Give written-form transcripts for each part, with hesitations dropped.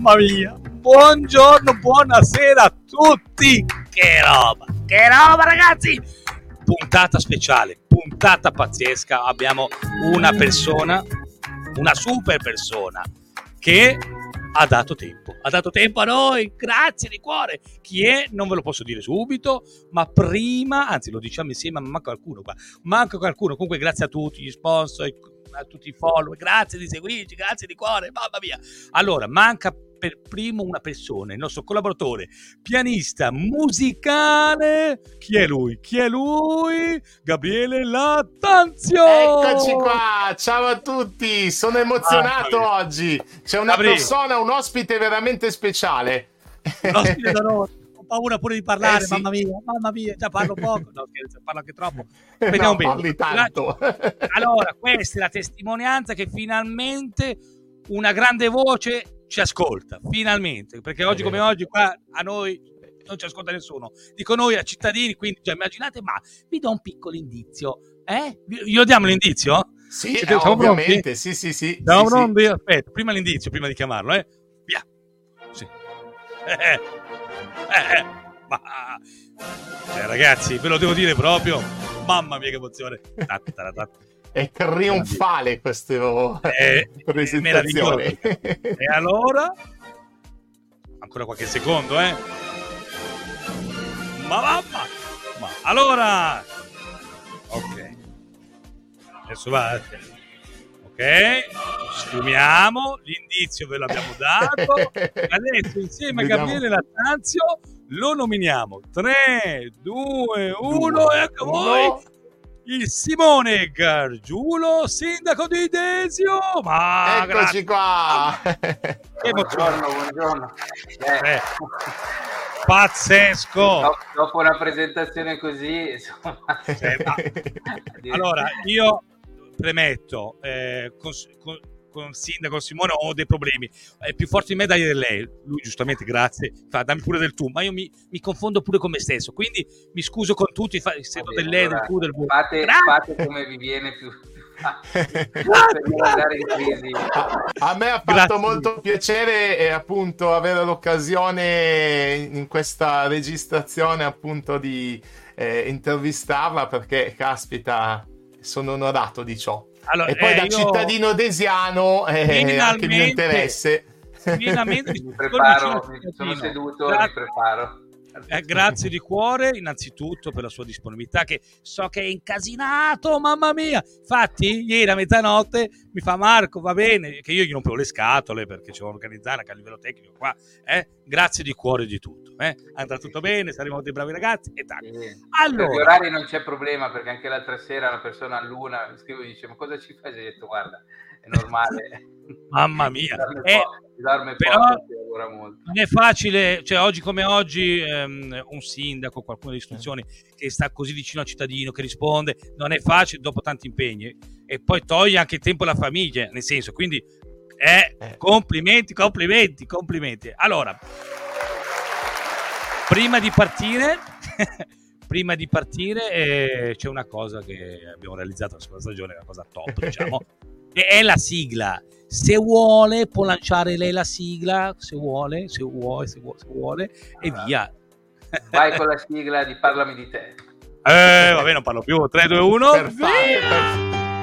Mamma mia, buongiorno, buonasera a tutti. Che roba ragazzi. Puntata speciale, puntata pazzesca. Abbiamo una persona, una super persona che ha dato tempo a noi, grazie di cuore. Chi è? Non ve lo posso dire subito, ma prima, anzi lo diciamo insieme, ma manca qualcuno. Comunque grazie a tutti gli sponsor, a tutti i follower, grazie di seguirci, grazie di cuore, mamma mia. Allora, manca per primo una persona, il nostro collaboratore, pianista musicale. Chi è lui? Gabriele Lattanzio. Eccoci qua, ciao a tutti, sono emozionato oggi. C'è una persona, un ospite veramente speciale. Un ospite da noi. Ho paura pure di parlare, sì. mamma mia, già parlo poco. No, scherzo, parlo anche troppo. No, parli tanto. Allora, questa è la testimonianza che finalmente una grande voce ci ascolta, finalmente, perché oggi come oggi qua a noi non ci ascolta nessuno, dico noi a cittadini, quindi già immaginate, ma vi do un piccolo indizio, glielo diamo l'indizio? Sì, ovviamente, sì. Siamo pronti? Aspetta, prima l'indizio, prima di chiamarlo, via. Sì. Ma ragazzi, ve lo devo dire proprio, mamma mia che emozione. È trionfale questa presentazione. E allora ancora qualche secondo, ma allora ok, adesso va, ok, sfumiamo, l'indizio ve l'abbiamo dato, adesso insieme a Gabriele Lattanzio lo nominiamo. 3, 2, 1 e ecco voi il Simone Gargiulo, sindaco di Desio. Ma eccoci qua. Buongiorno. Pazzesco. Dopo una presentazione così, insomma. Allora, io premetto, con sindaco Simone ho dei problemi, è più forte di me, dai lei, lui giustamente, grazie, dammi pure del tu, ma io mi confondo pure con me stesso, quindi mi scuso con tutti, sento del lei, del tu, del voi. Fate come vi viene più per non andare in crisi. A me ha fatto molto piacere appunto avere l'occasione in questa registrazione appunto di intervistarla, perché caspita, sono onorato di ciò. Allora, e poi da cittadino desiano anche il mio interesse. Finalmente Mi preparo, sono seduto e mi preparo. Grazie di cuore innanzitutto per la sua disponibilità, che so che è incasinato, mamma mia. Infatti ieri a mezzanotte mi fa: Marco, va bene, che io gli rompevo le scatole perché ci devo organizzare anche a livello tecnico qua, grazie di cuore di tutto, andrà tutto bene, saremo dei bravi ragazzi e tanto. Allora, per gli orari non c'è problema, perché anche l'altra sera una persona all'una mi scrive e dice: ma cosa ci fai? E ho detto: guarda, è normale. Mamma mia, dorme però poco, si lavora molto. non è facile, cioè oggi come oggi un sindaco, qualcuno di istituzioni che sta così vicino al cittadino, che risponde, non è facile dopo tanti impegni, e poi toglie anche tempo alla famiglia, nel senso, quindi complimenti. Allora, prima di partire c'è una cosa che abbiamo realizzato la scorsa stagione, una cosa top, diciamo, che è la sigla. Se vuole può lanciare lei la sigla, se vuole, e via. Vai con la sigla di Parlami di te. Vabbè, non parlo più. 3, 2, 1. Perfetto.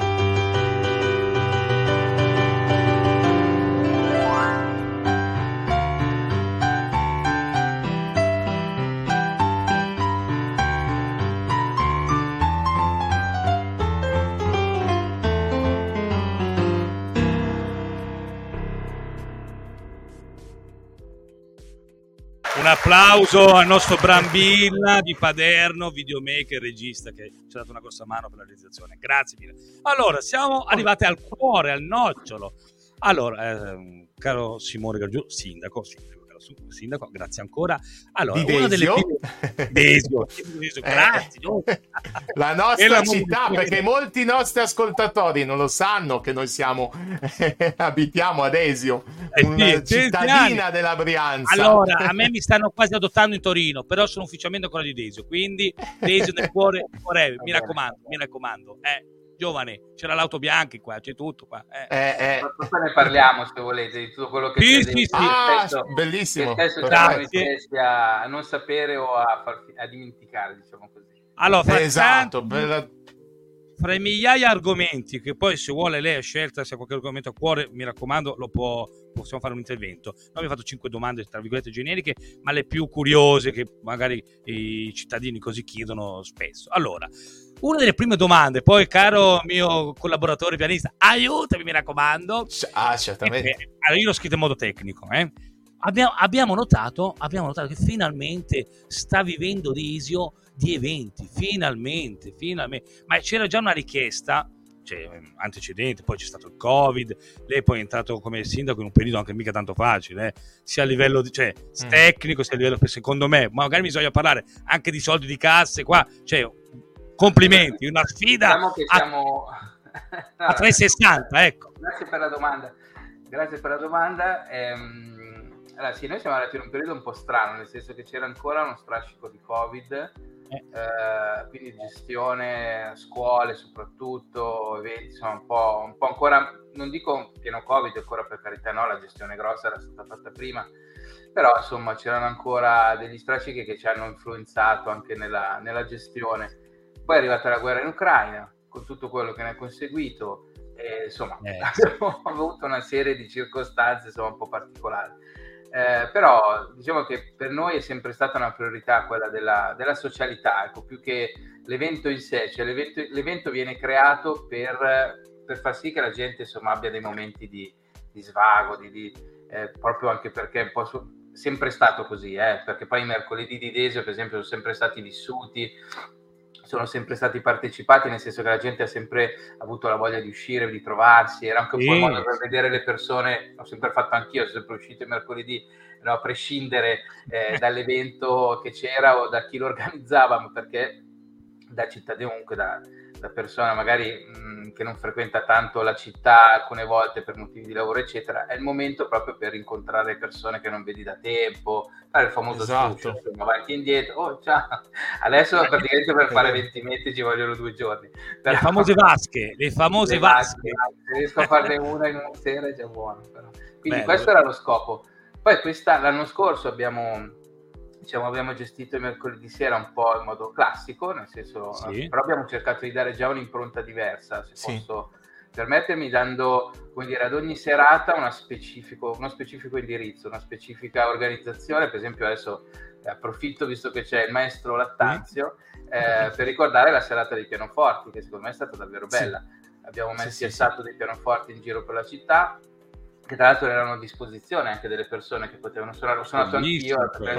Un applauso al nostro Brambilla di Paderno, videomaker, regista, che ci ha dato una grossa mano per la realizzazione. Grazie mille. Allora, siamo arrivati al cuore, al nocciolo. Allora, caro Simone Gargiulo, sindaco, grazie ancora. Allora, di una Desio. Desio, grazie. La nostra città, perché molti nostri ascoltatori non lo sanno che noi abitiamo ad Desio, una cittadina della Brianza. Allora, a me mi stanno quasi adottando in Torino, però sono ufficialmente ancora di Desio, quindi Desio nel cuore, mi raccomando. giovane, c'era l'auto bianca qua, c'è tutto qua. Poi ne parliamo se volete di tutto quello che c'è dentro. Bellissimo. Che spesso ci a non sapere o a dimenticare, diciamo così. Allora, fra i migliaia di argomenti che poi, se vuole lei, ha scelta, se ha qualche argomento a cuore, mi raccomando, possiamo fare un intervento. Noi abbiamo fatto 5 domande tra virgolette generiche, ma le più curiose che magari i cittadini così chiedono spesso. Allora, una delle prime domande, poi caro mio collaboratore pianista, aiutami, mi raccomando. Certamente. Allora, io l'ho scritto in modo tecnico, Abbiamo notato che finalmente sta vivendo Desio di eventi, finalmente, ma c'era già una richiesta, cioè antecedente, poi c'è stato il Covid, lei poi è entrato come sindaco in un periodo anche mica tanto facile, sia a livello tecnico, sia a livello, secondo me, magari bisogna parlare anche di soldi di casse qua, cioè complimenti, una sfida diciamo che siamo a 360, ecco. Grazie per la domanda. Allora, sì, noi siamo andati in un periodo un po' strano, nel senso che c'era ancora uno strascico di Covid, quindi gestione, scuole soprattutto, eventi, insomma un po' ancora, non dico pieno Covid ancora, per carità, no, la gestione grossa era stata fatta prima, però insomma c'erano ancora degli strascichi che ci hanno influenzato anche nella gestione. Poi è arrivata la guerra in Ucraina, con tutto quello che ne è conseguito, e insomma abbiamo avuto una serie di circostanze insomma un po' particolari. Però diciamo che per noi è sempre stata una priorità quella della socialità, ecco, più che l'evento in sé, cioè l'evento viene creato per far sì che la gente insomma abbia dei momenti di svago, proprio anche perché è un po' sempre stato così, perché poi i mercoledì di Desio per esempio sono sempre stati vissuti, sono sempre stati partecipati, nel senso che la gente ha sempre avuto la voglia di uscire, di trovarsi, era anche un po' il modo per vedere le persone, l'ho sempre fatto anch'io, sono sempre uscito il mercoledì, no, a prescindere dall'evento che c'era o da chi lo organizzava, ma perché da cittadino, comunque da persona magari che non frequenta tanto la città alcune volte per motivi di lavoro eccetera, è il momento proprio per incontrare persone che non vedi da tempo, fare il famoso scuccio, avanti e indietro, ciao. Adesso praticamente per fare 20 metri ci vogliono 2 giorni. Però, le famose vasche. Se riesco a farne una in una sera è già buono. Però. Quindi questo era lo scopo. Poi l'anno scorso abbiamo gestito il mercoledì sera un po' in modo classico, nel senso, però abbiamo cercato di dare già un'impronta diversa, se posso permettermi, dando, come dire, ad ogni serata uno specifico indirizzo, una specifica organizzazione. Per esempio adesso approfitto, visto che c'è il maestro Lattanzio, per ricordare la serata dei pianoforti, che secondo me è stata davvero bella. Abbiamo messo dei pianoforti in giro per la città, che tra l'altro erano a disposizione anche delle persone che potevano suonare. Ho suonato anch'io,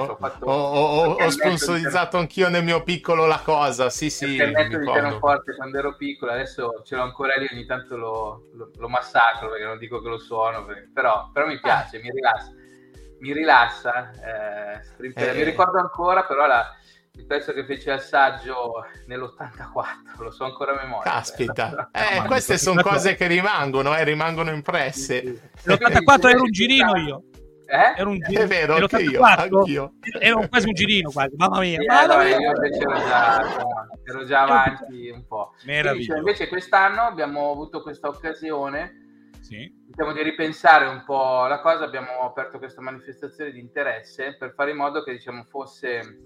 ho sponsorizzato anch'io nel mio piccolo la cosa, il pennetto di pianoforte quando ero piccolo, adesso ce l'ho ancora lì, ogni tanto lo massacro perché non dico che lo suono, però mi piace, mi rilassa, mi ricordo ancora però il pezzo che fece assaggio nell'84, lo so ancora a memoria. Caspita, queste sono cose che rimangono impresse. L'84 ero un girino io. Ero un girino. È vero, anch'io. Ero quasi un girino quasi, mamma mia. Io invece ero già avanti un po'. Meraviglioso. Invece quest'anno abbiamo avuto questa occasione, diciamo, di ripensare un po' la cosa. Abbiamo aperto questa manifestazione di interesse per fare in modo che, diciamo, fosse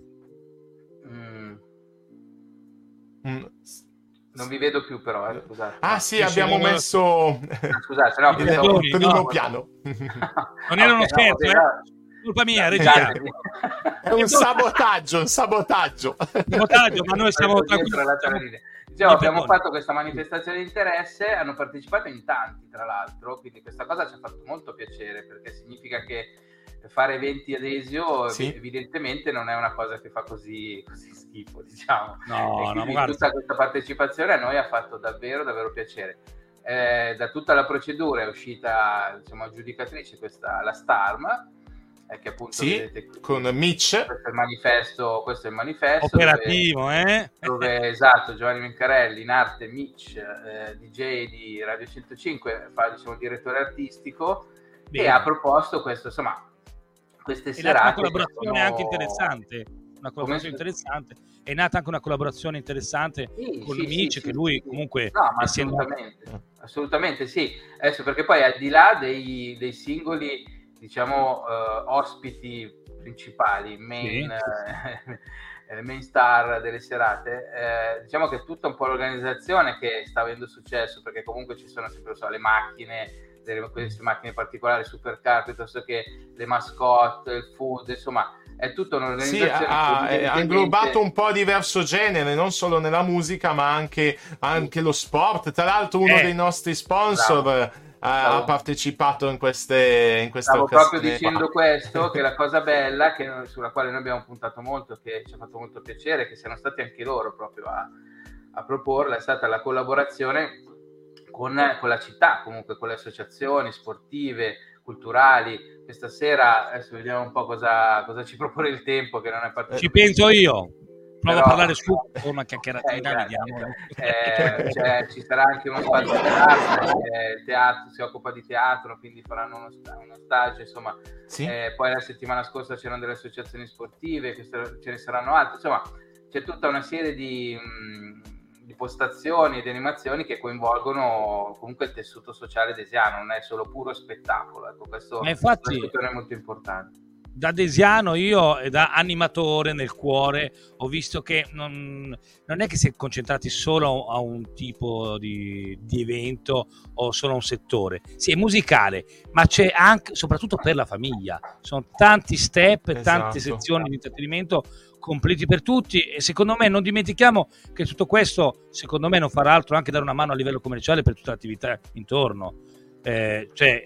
non vi vedo più però, scusate. Abbiamo messo scusate, no, il primo piano. Non era uno scherzo, colpa mia, regia. È un sabotaggio, ma noi siamo tranquilli. Abbiamo fatto questa manifestazione di interesse, hanno partecipato in tanti tra l'altro, quindi questa cosa ci ha fatto molto piacere, perché significa che fare eventi ad Desio evidentemente non è una cosa che fa così schifo, diciamo. Tutta questa partecipazione a noi ha fatto davvero davvero piacere. Da tutta la procedura è uscita, diciamo, aggiudicatrice la Starm, che appunto vedete qui, con Mitch. Questo è il manifesto operativo, dove esatto, Giovanni Mencarelli, in arte Mitch, DJ di Radio 105, fa, diciamo, il direttore artistico. Bene. E ha proposto questo, insomma, queste serate. Una collaborazione anche interessante. una collaborazione interessante. È nata anche una collaborazione interessante con Amici, che lui comunque... No, ma assolutamente sì. Adesso, perché poi al di là dei singoli, diciamo, ospiti principali, main star delle serate, diciamo che è tutta un po' l'organizzazione che sta avendo successo, perché comunque ci sono sempre le macchine, queste macchine particolari, supercar, piuttosto che le mascotte, il food, insomma è tutta un'organizzazione ha inglobato un po' diverso genere, non solo nella musica ma anche lo sport. Tra l'altro uno dei nostri sponsor ha partecipato in queste Stavo occasioni. Proprio dicendo questo, che la cosa bella sulla quale noi abbiamo puntato molto, che ci ha fatto molto piacere, che siano stati anche loro proprio a proporla, è stata la collaborazione con la città, comunque con le associazioni sportive, culturali. Questa sera adesso vediamo un po' cosa ci propone il tempo, che non è partito. Ci penso io. Provo a parlare su una chiacchieratina, vediamo. Ci sarà anche uno spazio teatro, il teatro si occupa di teatro, quindi faranno uno stage, insomma. Sì. Poi la settimana scorsa c'erano delle associazioni sportive, ce ne saranno altre, insomma c'è tutta una serie di postazioni e di animazioni che coinvolgono comunque il tessuto sociale desiano, non è solo puro spettacolo, ecco, questo è molto importante. Da desiano, io da animatore nel cuore, ho visto che non è che si è concentrati solo a un tipo di evento o solo a un settore. Sì, è musicale, ma c'è anche, soprattutto per la famiglia, sono tanti step, tante sezioni di intrattenimento completi per tutti, e secondo me non dimentichiamo che tutto questo, secondo me, non farà altro anche dare una mano a livello commerciale per tutta l'attività intorno. È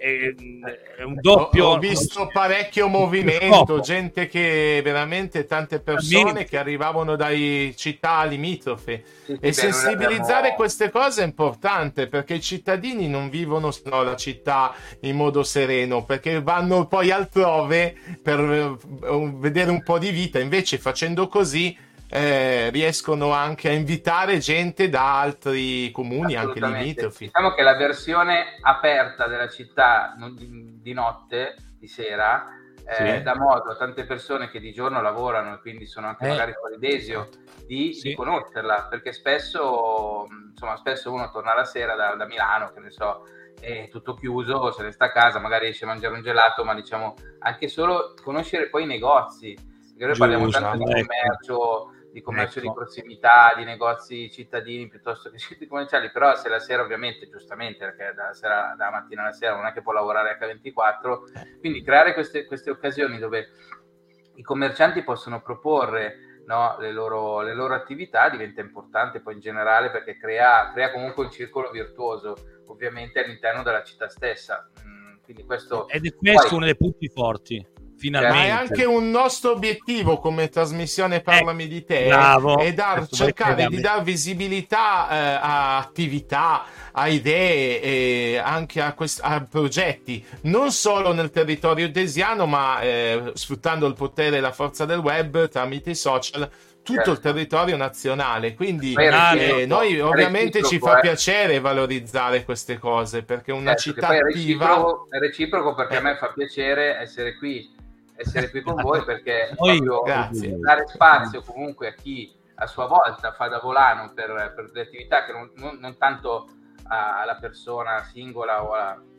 un doppio. Ho visto parecchio movimento, gente che veramente, tante persone che arrivavano dai città limitrofe, e sensibilizzare queste cose è importante, perché i cittadini non vivono solo la città in modo sereno, perché vanno poi altrove per vedere un po' di vita. Invece facendo così riescono anche a invitare gente da altri comuni, anche limitrofi. Diciamo che la versione aperta della città di notte, di sera, dà modo a tante persone che di giorno lavorano e quindi sono anche magari fuori desio di conoscerla, perché spesso uno torna la sera da Milano, che ne so, è tutto chiuso, se ne sta a casa, magari esce a mangiare un gelato, ma diciamo anche solo conoscere poi i negozi, perché noi parliamo tanto di commercio di prossimità, di negozi cittadini piuttosto che siti commerciali, però se la sera, ovviamente, giustamente, perché dalla mattina alla sera non è che può lavorare H24, quindi creare queste occasioni dove i commercianti possono proporre, no, le loro attività diventa importante poi in generale, perché crea comunque un circolo virtuoso, ovviamente all'interno della città stessa. Quindi questo ed è questo uno dei punti forti. Finalmente. È anche un nostro obiettivo come trasmissione Parlami di te, è cercare di dar visibilità a attività, a idee e anche a progetti, non solo nel territorio desiano, ma sfruttando il potere e la forza del web tramite i social, tutto il territorio nazionale. Quindi noi ovviamente ci fa piacere valorizzare queste cose, perché una città attiva è reciproco, perché a me fa piacere essere qui con voi, perché proprio dare spazio comunque a chi a sua volta fa da volano per le attività che non tanto alla persona singola o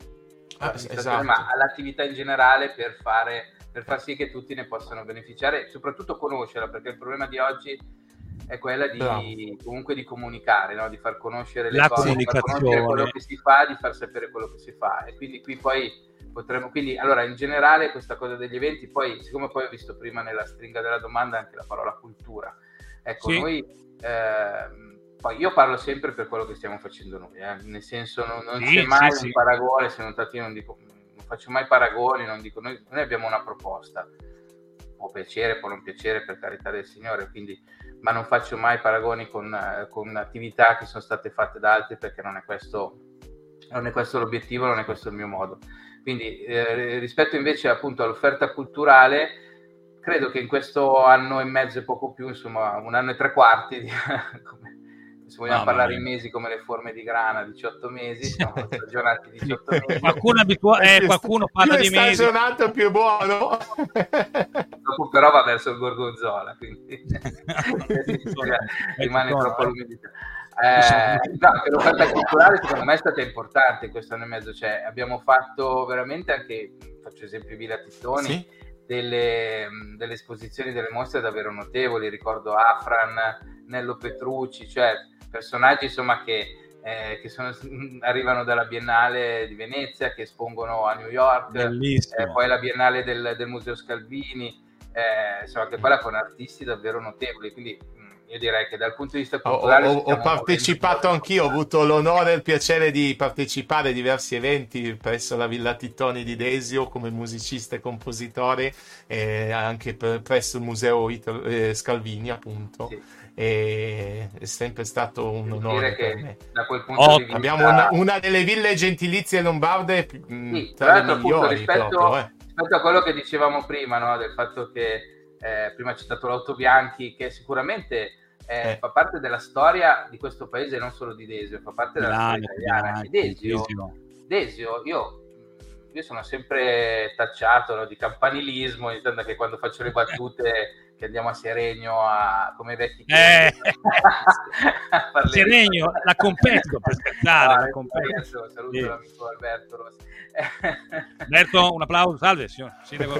ma all'attività in generale, per far sì che tutti ne possano beneficiare, soprattutto conoscerla, perché il problema di oggi è quella di comunque di comunicare, no? Di far conoscere le cose, di far conoscere quello che si fa, di far sapere quello che si fa, e quindi qui poi allora in generale questa cosa degli eventi, poi siccome poi ho visto prima nella stringa della domanda anche la parola cultura, ecco, noi poi io parlo sempre per quello che stiamo facendo noi, nel senso non c'è mai un paragone, se notati, non faccio mai paragoni, non dico, noi abbiamo una proposta, può piacere, può non piacere, per carità del Signore, quindi, ma non faccio mai paragoni con attività che sono state fatte da altri, perché non è questo l'obiettivo, non è questo il mio modo. Quindi rispetto invece appunto all'offerta culturale, credo che in questo anno e mezzo e poco più, insomma 1 anno e 3/4, se vogliamo parlare in mesi come le forme di grana, 18 mesi, siamo stagionati 18 mesi. Qualcuno parla di mesi. Più stagionato più buono. Dopo però va verso il gorgonzola, quindi rimane troppo l'umidità. L'offerta culturale secondo me è stata importante in questo anno e mezzo, cioè abbiamo fatto veramente anche, faccio esempio Villa Tittoni, sì, delle esposizioni, delle mostre davvero notevoli, ricordo Afran, Nello Petrucci, cioè personaggi insomma che arrivano dalla Biennale di Venezia, che espongono a New York, poi la Biennale del Museo Scalvini, insomma che quella con artisti davvero notevoli, quindi io direi che dal punto di vista culturale ho partecipato anch'io, ho avuto l'onore e il piacere di partecipare a diversi eventi presso la Villa Tittoni di Desio come musicista e compositore, anche presso il Museo Scalvini appunto. Sì. È sempre stato un onore per me. Da quel punto di vista abbiamo una delle ville gentilizie lombarde tra le migliori rispetto a quello che dicevamo prima, no? Del fatto che prima ho citato l'Autobianchi, che sicuramente fa parte della storia di questo paese, non solo di Desio, fa parte della storia italiana. Desio, io sono sempre tacciato, no, di campanilismo, intendo che quando faccio le battute che andiamo a Seregno come i vecchi Seregno, la competitor per scherzare, saluto l'amico Alberto Rossi. Alberto, un applauso, salve signor sindaco.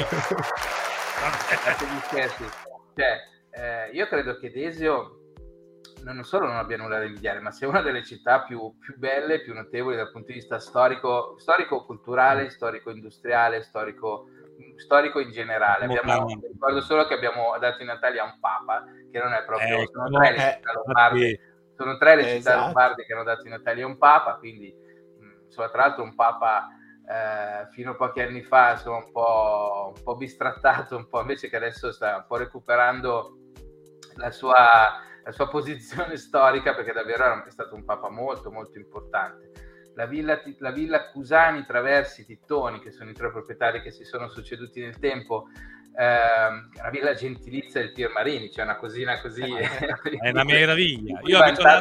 Io credo che Desio non solo non abbia nulla da invidiare, ma sia una delle città più belle, più notevoli dal punto di vista storico-culturale, storico-industriale, storico in generale. Ricordo solo che abbiamo dato i Natali a un Papa, che non è proprio... sono tre le città lombarde che hanno dato i Natali a un Papa, quindi insomma, tra l'altro un Papa... fino a pochi anni fa insomma, un po' bistrattato, un po', invece che adesso sta un po' recuperando la sua posizione storica, perché davvero è stato un papa molto molto importante. La villa Cusani, Traversi, Tittoni, che sono i tre proprietari che si sono succeduti nel tempo, la villa gentilizia del Pier Marini, c'è una cosina così è una meraviglia. Io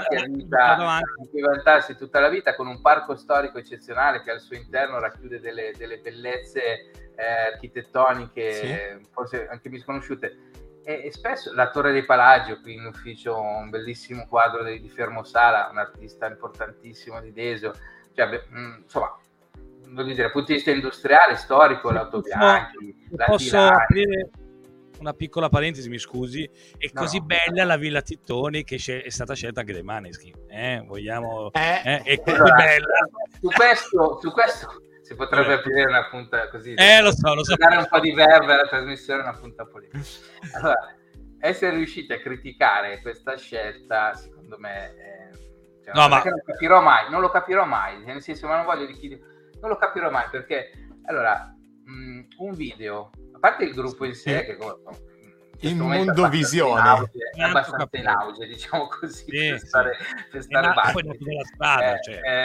vantarsi tutta la vita, con un parco storico eccezionale che al suo interno racchiude delle bellezze architettoniche, sì, forse anche misconosciute, e spesso la Torre dei Palagio qui in ufficio, un bellissimo quadro di Fermo Sala, un artista importantissimo di Desio, cioè, insomma, voglio dire, dal punto di vista industriale, storico, l'Autobianchi, posso aprire una piccola parentesi, mi scusi, è così bella la Villa Tittoni che è stata scelta anche dai Maneskin, vogliamo, è così bella. Su questo si potrebbe aprire una punta così, lo so, dare un po' di verve alla trasmissione, una punta politica. Allora, essere riusciti a criticare questa scelta, secondo me, non lo capirò mai, nel senso, ma non voglio non lo capirò mai, perché allora un video, a parte il gruppo in sé, che in Mondovisione è abbastanza in auge, diciamo così, per stare poi nella strada,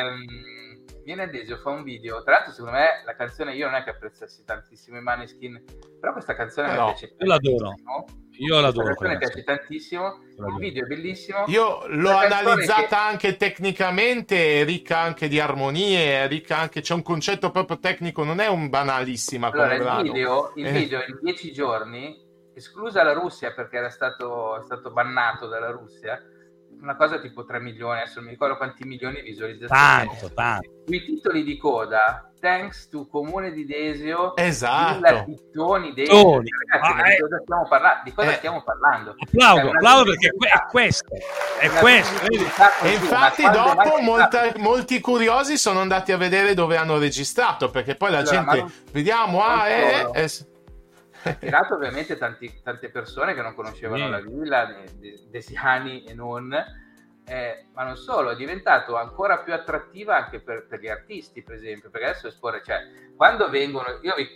viene a Desio, fa un video, tra l'altro secondo me la canzone, io non è che apprezzassi tantissimo i Maneskin, però questa canzone mi piace tantissimo. Io l'adoro. Mi piace tantissimo, il video è bellissimo. Io l'ho analizzata anche tecnicamente, ricca anche di armonie, ricca anche, c'è un concetto proprio tecnico, non è un banalissima come brano. Il video in 10 giorni, esclusa la Russia perché è stato bannato dalla Russia, una cosa tipo 3 milioni, adesso non mi ricordo quanti milioni di visualizzazioni. Tanto. I titoli di coda, thanks to Comune di Desio, Villa Tittoni, Desio. Ragazzi, di cosa stiamo parlando? Applaudo perché è questo. E infatti dopo molti curiosi sono andati a vedere dove hanno registrato, perché poi la gente, vediamo, attirato ovviamente tante persone che non conoscevano la villa, desiani e non, ma non solo, è diventato ancora più attrattiva anche per gli artisti, per esempio, perché adesso esporre, quando vengono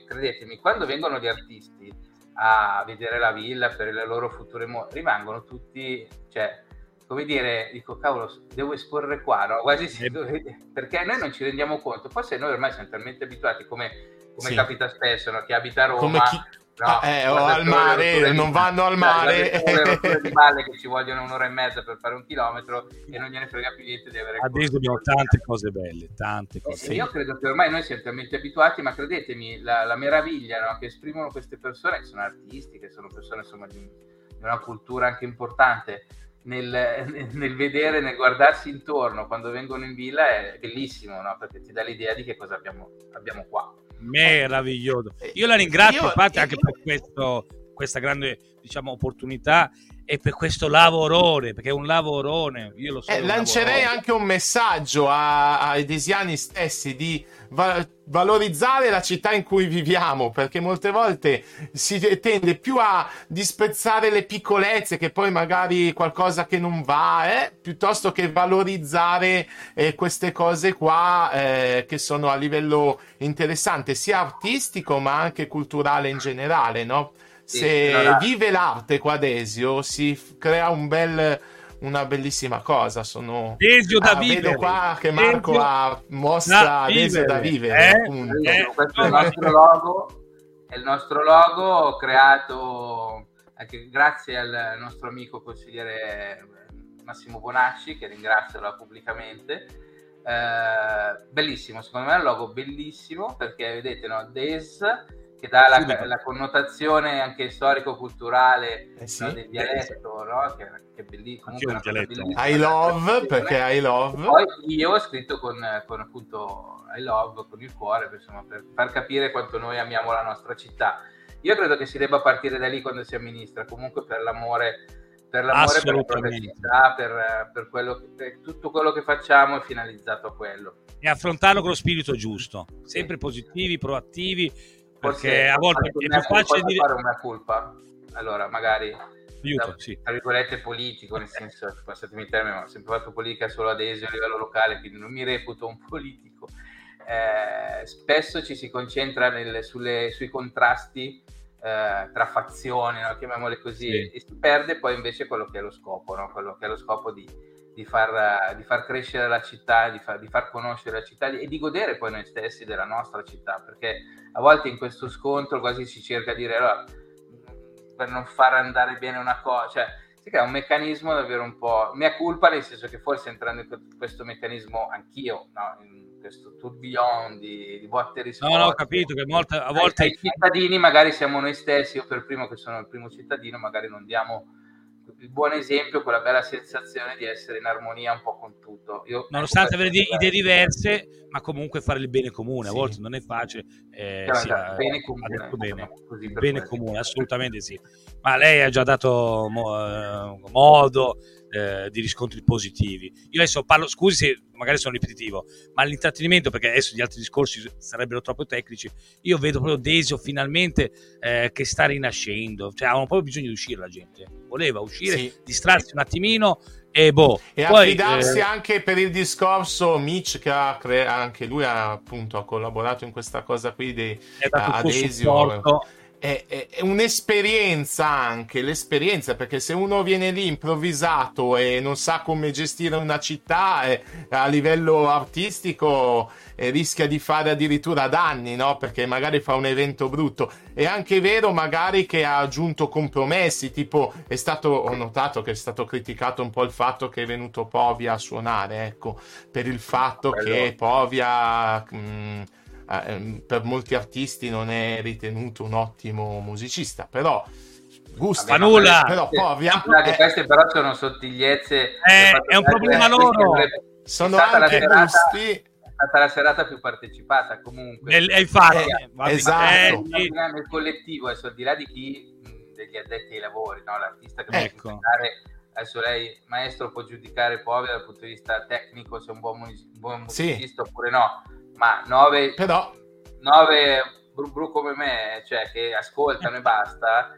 gli artisti a vedere la villa per le loro future rimangono tutti, come dire, dico, cavolo, devo esporre qua, no? Quasi perché noi non ci rendiamo conto, forse noi ormai siamo talmente abituati, come capita spesso, no? Chi abita a Roma o al mare, non vanno al mare. Le rotture di balle che ci vogliono 1 ora e mezza per fare 1 chilometro e non gliene frega più niente di avere. Adesso abbiamo tante cose belle, tante cose. Io credo che ormai noi siamo talmente abituati, ma credetemi, la meraviglia, no, che esprimono queste persone, che sono artisti, che sono persone insomma di una cultura anche importante, nel vedere, nel guardarsi intorno quando vengono in villa è bellissimo, no? Perché ti dà l'idea di che cosa abbiamo qua. Meraviglioso. Io la ringrazio infatti anche per questa grande, diciamo, opportunità e per questo lavorone, perché è un lavorone. Io lo so. Lancerei anche un messaggio ai desiani stessi di valorizzare la città in cui viviamo, perché molte volte si tende più a disprezzare le piccolezze, che poi magari qualcosa che non va, piuttosto che valorizzare queste cose qua che sono a livello interessante, sia artistico ma anche culturale in generale, no? Se vive l'arte qua Desio, si crea una bellissima cosa. Desio da vivere. Vedo qua che Marco mostra Desio da vivere. Questo è il nostro logo, è il nostro logo creato anche grazie al nostro amico consigliere Massimo Bonacci, che ringrazio pubblicamente. Bellissimo, secondo me è un logo bellissimo, perché vedete, no? Des, che dà la connotazione anche storico-culturale del dialetto, no? Che è bellissimo. I love, perché I love. Poi io ho scritto con appunto I love, con il cuore, insomma, per far capire quanto noi amiamo la nostra città. Io credo che si debba partire da lì quando si amministra, comunque per l'amore per la propria città, per tutto quello che facciamo è finalizzato a quello. E affrontarlo con lo spirito giusto, sempre positivi, proattivi. Perché a volte è più facile dire fare una colpa, allora magari tra virgolette politico, nel senso, passatemi il termine, ma ho sempre fatto politica solo ad Desio a livello locale, quindi non mi reputo un politico. Spesso ci si concentra sui contrasti tra fazioni, no? Chiamiamole così, e si perde poi invece quello che è lo scopo, no? Quello che è lo scopo di far crescere la città, di far conoscere la città e di godere poi noi stessi della nostra città, perché a volte in questo scontro quasi si cerca di dire allora, per non far andare bene una cosa, cioè si crea un meccanismo davvero un po' mea culpa, nel senso che forse entrando in questo meccanismo anch'io, no? In questo tourbillon di botte e risposte, ho capito che a volte ai cittadini magari siamo noi stessi, io per primo che sono il primo cittadino magari non diamo il buon esempio, quella bella sensazione di essere in armonia un po' con tutto. Nonostante avere idee diverse, ma comunque fare il bene comune, a volte non è facile. Bene comune, bene comune, assolutamente sì. Ma lei ha già dato modo di riscontri positivi. Io adesso parlo, scusi se magari sono ripetitivo, ma l'intrattenimento, perché adesso gli altri discorsi sarebbero troppo tecnici, io vedo proprio Desio finalmente che sta rinascendo, cioè avevano proprio bisogno di uscire la gente, voleva uscire, distrarsi un attimino e poi affidarsi anche per il discorso Mitch, che anche lui ha collaborato in questa cosa qui a Desio. È un'esperienza anche, l'esperienza, perché se uno viene lì improvvisato e non sa come gestire una città a livello artistico rischia di fare addirittura danni, no? Perché magari fa un evento brutto. È anche vero magari che ha aggiunto compromessi, tipo ho notato che è stato criticato un po' il fatto che è venuto Povia a suonare, ecco, per il fatto che Povia per molti artisti non è ritenuto un ottimo musicista, però gusta nulla. Però Povia queste però sono sottigliezze, è un problema loro, sono anche gusti. È stata la serata più partecipata comunque, infatti esatto. Nel collettivo, adesso al di là di degli addetti ai lavori, no? L'artista che può giudicare, adesso lei maestro può giudicare Povia dal punto di vista tecnico, se è un buon musicista oppure no, ma 9 bru come me, cioè che ascoltano e basta,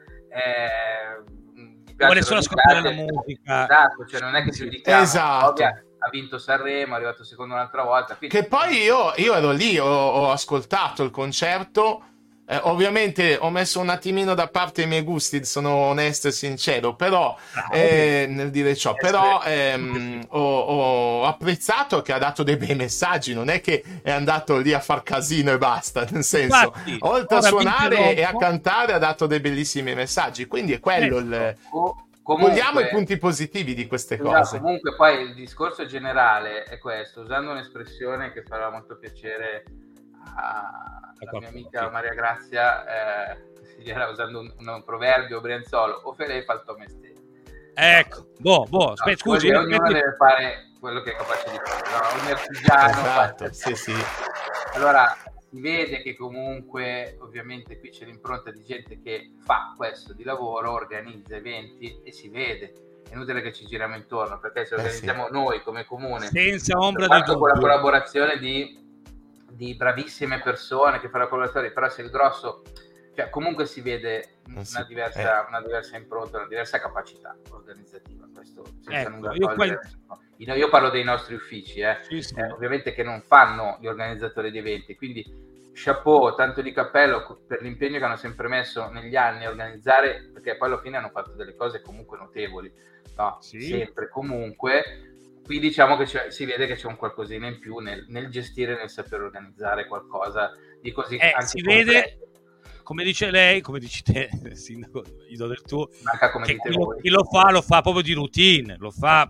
vuole solo ascoltare la musica, esatto, cioè non è che giudichiamo. Esatto. Ha vinto Sanremo, è arrivato secondo un'altra volta, che poi io ero lì, ho ascoltato il concerto Ovviamente ho messo un attimino da parte i miei gusti, sono onesto e sincero, però nel dire ciò, però ho apprezzato che ha dato dei bei messaggi, non è che è andato lì a far casino e basta, nel senso, Infatti, oltre a ora suonare e a cantare ha dato dei bellissimi messaggi, quindi è quello cogliamo i punti positivi di queste cose. Comunque poi il discorso generale è questo, usando un'espressione che farà molto piacere alla mia amica Maria Grazia, usando un proverbio brianzolo, o fe lei fa il tuo mestiere. Ecco, scusi, ognuno deve fare quello che è capace di fare, no? Un artigiano. Esatto, sì. Allora si vede che comunque ovviamente qui c'è l'impronta di gente che fa questo di lavoro, organizza eventi e si vede. È inutile che ci giriamo intorno, perché se organizziamo noi come comune, senza ombra di dubbio, con la collaborazione di bravissime persone che fanno collaboratori, però se il grosso, cioè comunque si vede una diversa impronta, una diversa capacità organizzativa. Questo senza nulla togliere. Io parlo dei nostri uffici, ovviamente che non fanno gli organizzatori di eventi, quindi chapeau, tanto di cappello per l'impegno che hanno sempre messo negli anni a organizzare, perché poi alla fine hanno fatto delle cose comunque notevoli, no? Sempre comunque. Qui diciamo che si vede che c'è un qualcosina in più nel gestire, nel saper organizzare qualcosa di così si vede, come dice lei, come dici te, sindaco, gli do del tuo, che chi lo fa proprio di routine, lo fa,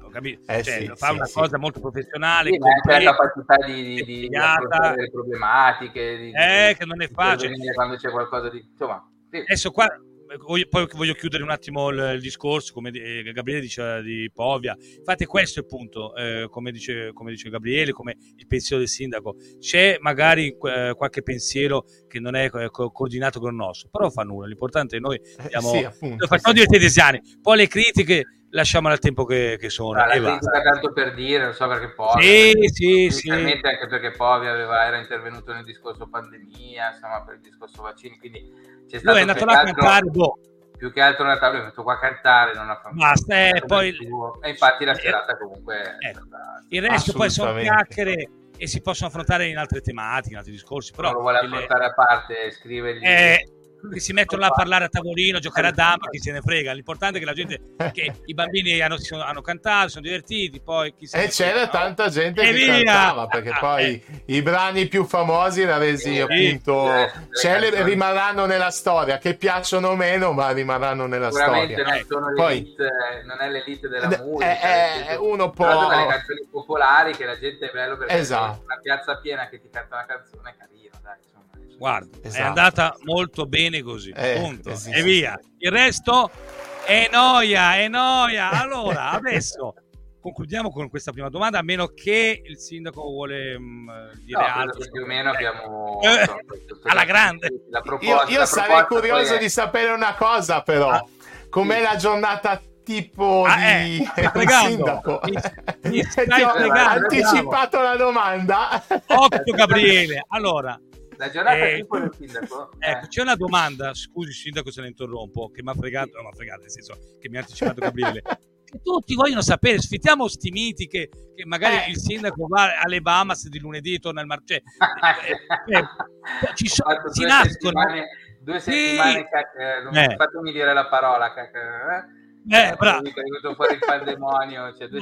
lo fa una cosa molto professionale, c'è la capacità di affrontare le problematiche, che non è facile quando c'è qualcosa di, insomma, adesso qua. Poi voglio chiudere un attimo il discorso, come Gabriele diceva di Povia. Infatti questo è il punto, come dice Gabriele, come il pensiero del sindaco. C'è magari qualche pensiero che non è coordinato con il nostro, però fa nulla, l'importante è noi facciamo diventare tedesiani, poi le critiche lasciamole al tempo che sono. La critica tanto per dire, non so perché Povia. Sì. Anche perché Povia era intervenuto nel discorso pandemia, insomma, per il discorso vaccini, quindi c'è stato. Lui è andato là a cantare, più che altro è venuto qua a cantare, non ha fatto. Basta, poi. E infatti la serata comunque. Il resto poi sono chiacchiere e si possono affrontare in altre tematiche, in altri discorsi. Però lo vuole affrontare a parte, scrivergli. Che si mettono là a parlare a tavolino, giocare a dama, chi se ne frega. L'importante è che la gente, che i bambini hanno cantato, sono divertiti, poi chi se ne frega. C'era tanta gente che cantava, perché poi i brani più famosi li resi appunto celebri, rimarranno nella storia, che piacciono o meno, ma rimarranno nella storia. Sicuramente non sono non è l'elite della musica. Uno può. Le canzoni popolari che la gente è bello perché una piazza piena che ti canta una canzone è carino, dai. Guarda, è andata molto bene così, punto, e via. Il resto è noia. Allora, adesso concludiamo con questa prima domanda, a meno che il sindaco vuole dire altro. Più o meno abbiamo alla grande. Io sarei curioso di sapere una cosa, però. Com'è la giornata tipo di sindaco? Mi stai anticipato la domanda. Occhio Gabriele, allora. La giornata tipo del sindaco? Ecco, c'è una domanda, scusi sindaco se la interrompo, che mi ha fregato, nel senso che mi ha anticipato Gabriele. Che tutti vogliono sapere, sfittiamo sti miti che magari il sindaco va alle Bahamas di lunedì e torna al marciè. Si nascono 2 settimane fatemi dire la parola bravo. È venuto fuori il pandemonio, cioè 2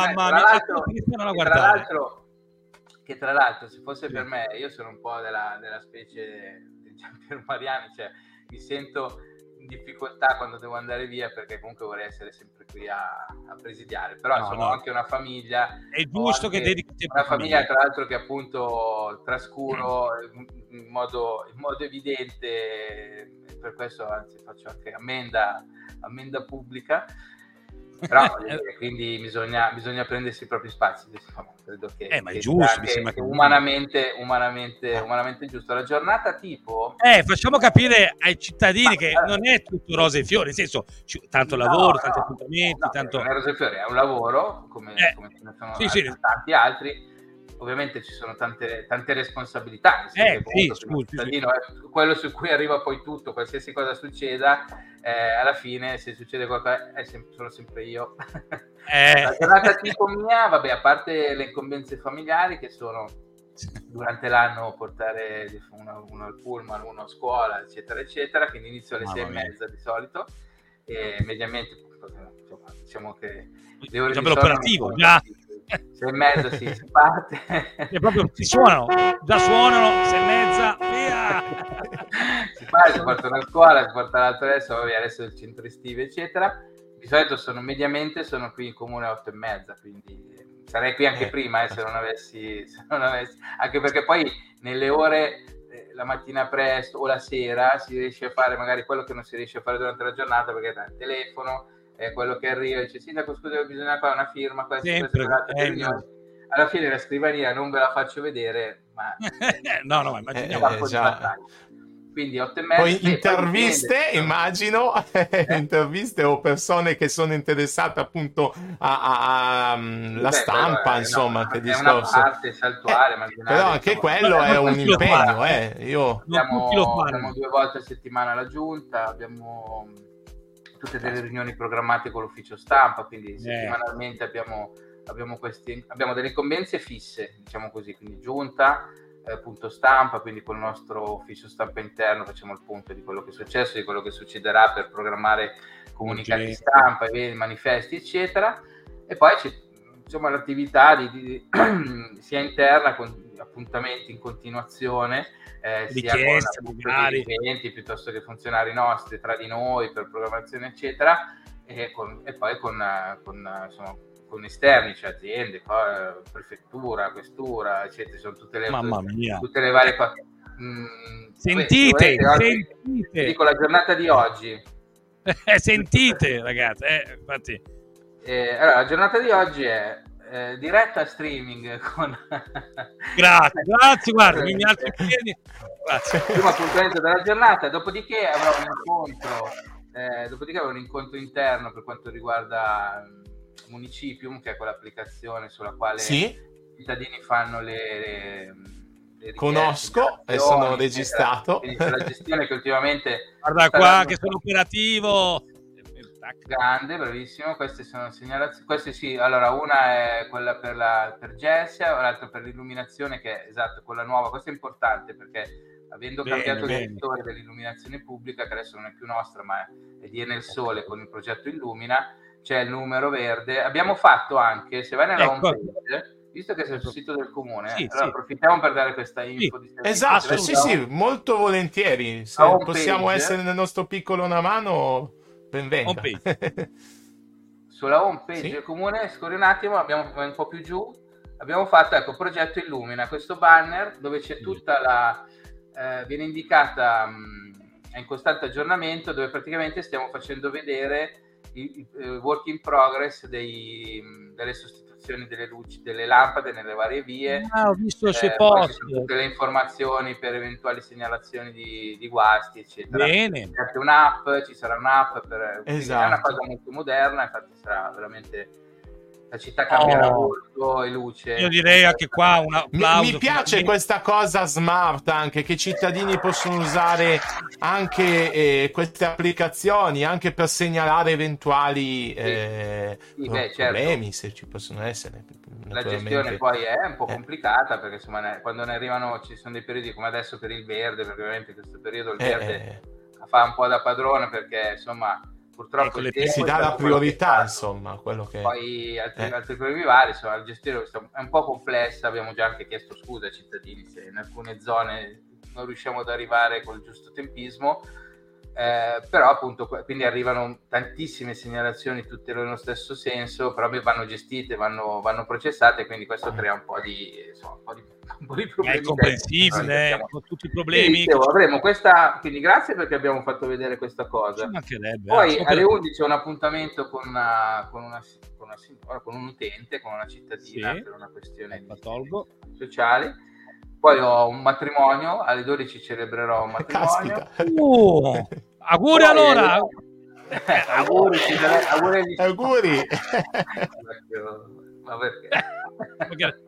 settimane, tra l'altro se fosse per me, io sono un po' della specie dei giampieri, cioè mi sento in difficoltà quando devo andare via, perché comunque vorrei essere sempre qui a presidiare, però ho anche una famiglia, è giusto che dedichi tempo una famiglia tra l'altro che appunto trascuro in modo evidente, per questo anzi faccio anche ammenda pubblica, però quindi bisogna prendersi i propri spazi, credo che ma è giusto, che umanamente giusto. La giornata tipo facciamo capire ai cittadini che non è tutto rose e fiori, nel senso tanto lavoro, tanti appuntamenti, tanto non è rose e fiori, è un lavoro come ce ne sono tanti altri. Ovviamente ci sono tante responsabilità, cittadino è quello su cui arriva poi tutto, qualsiasi cosa succeda, alla fine se succede qualcosa sono sempre io. La giornata tipo mia, vabbè, a parte le incombenze familiari che sono durante l'anno portare uno al pullman, uno a scuola, eccetera, eccetera, quindi inizio alle 6:30 di solito, e mediamente, insomma, diciamo che le ore di sonno l'operativo, già. 6:30 si parte. E proprio già suonano, 6:30, via! Si parte, si portano a scuola, si porta l'altro adesso il centro estivo, eccetera. Di solito mediamente sono qui in comune a 8:30, quindi sarei qui anche prima se non avessi, anche perché poi nelle ore la mattina presto o la sera si riesce a fare magari quello che non si riesce a fare durante la giornata, perché dal telefono quello che arriva dice: sindaco, scusa, bisogna fare una firma, alla fine la scrivania non ve la faccio vedere, ma no, immaginiamo già. Quindi 8:30. Poi interviste, immagino, interviste o persone che sono interessate appunto alla stampa, insomma, che discorso. È una parte saltuare, però anche quello è un impegno. Io abbiamo 2 volte a settimana la giunta, abbiamo tutte delle riunioni programmate con l'ufficio stampa, quindi settimanalmente abbiamo delle incombenze fisse, diciamo così, quindi giunta, punto stampa, quindi con il nostro ufficio stampa interno facciamo il punto di quello che è successo, di quello che succederà per programmare comunicati stampa, eventi, manifesti, eccetera, e poi c'è, insomma, l'attività sia interna con appuntamenti in continuazione, sia con eventi piuttosto che funzionari nostri tra di noi per programmazione, eccetera, e poi con esterni, cioè aziende, prefettura, questura, eccetera, sono tutte le varie cose. Sentite. Dico la giornata di oggi. Sentite, ragazzi, infatti. Allora, la giornata di oggi è diretta streaming con grazie, guarda, mi alzo i piedi. Grazie. Primo appuntamento della giornata, dopodiché avrò un incontro interno per quanto riguarda Municipium, che è quell'applicazione sulla quale i cittadini fanno le conosco e sono registrato. Quindi c'è la gestione che ultimamente guarda qua che sono operativo. Grande, bravissimo. Queste sono segnalazioni. Queste sì, allora una è quella per Gessia, l'altra per l'illuminazione, che è esatto, quella nuova. Questo è importante perché avendo cambiato il settore dell'illuminazione pubblica, che adesso non è più nostra ma è di Enel Sole con il progetto Illumina, c'è il numero verde. Abbiamo fatto anche, se vai nella home page, visto che sei sul sito del comune, allora approfittiamo per dare questa info di esatto, sì, molto volentieri. Se possiamo essere nel nostro piccolo una mano, ben venga. Sulla home page del comune, scorri un attimo, abbiamo un po' più giù, abbiamo fatto progetto Illumina, questo banner dove c'è tutta viene indicata, è in costante aggiornamento, dove praticamente stiamo facendo vedere il work in progress delle sostituzioni delle luci, delle lampade nelle varie vie. Ho visto i suoi post. Tutte le informazioni per eventuali segnalazioni di guasti, eccetera. Bene. Ci sarà un'app esatto. È una cosa molto moderna, infatti sarà veramente, la città cambierà molto e luce. Io direi anche qua un applauso. Mi piace questa cosa smart, anche che i cittadini possono usare anche queste applicazioni anche per segnalare eventuali problemi, se ci possono essere. La gestione poi è un po' complicata perché insomma quando ne arrivano, ci sono dei periodi come adesso per il verde, perché ovviamente in questo periodo il verde fa un po' da padrone, perché insomma purtroppo si dà la priorità, insomma, quello che poi altri problemi vari, insomma, la gestione è un po' complessa. Abbiamo già anche chiesto scusa ai cittadini se in alcune zone non riusciamo ad arrivare col giusto tempismo, però appunto quindi arrivano tantissime segnalazioni tutte nello stesso senso, però vanno gestite, vanno processate, quindi questo crea un po' di problemi. È comprensibile, con tutti i problemi. Avremo questa, quindi grazie perché abbiamo fatto vedere questa cosa. Poi alle 11 ho un appuntamento con un utente, con una cittadina, per una questione sociale. Poi ho un matrimonio, alle 12 celebrerò un matrimonio. Auguri allora! Auguri! Ma perché?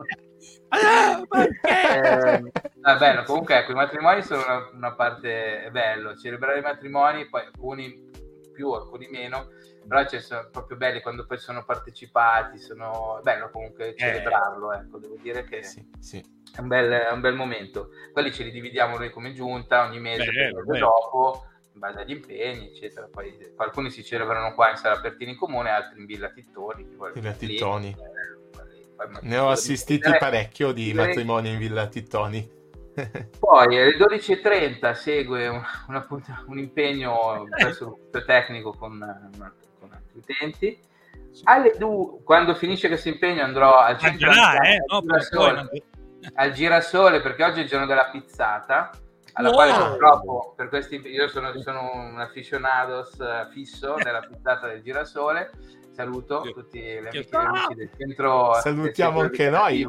Bello, comunque ecco, i matrimoni sono una parte, è bello celebrare i matrimoni, poi alcuni più, alcuni meno, però sono proprio belli quando poi sono partecipati, è bello comunque celebrarlo, ecco, devo dire che è un bel momento. Quelli ce li dividiamo noi come giunta ogni mese, dopo, in base agli impegni, eccetera. Poi alcuni si celebrano qua in Sala Pertini Comune, altri in Villa Tittoni. Villa Tittoni. Ne ho assistiti parecchio di matrimoni in Villa Tittoni. Poi alle 12:30 segue un impegno presso il tecnico con altri utenti. Alle 2, quando finisce questo impegno, andrò al centro al Girasole, perché oggi è il giorno della pizzata, alla quale purtroppo per io sono un aficionados fisso della pizzata del Girasole. Saluto tutti gli amici del centro. Salutiamo anche noi.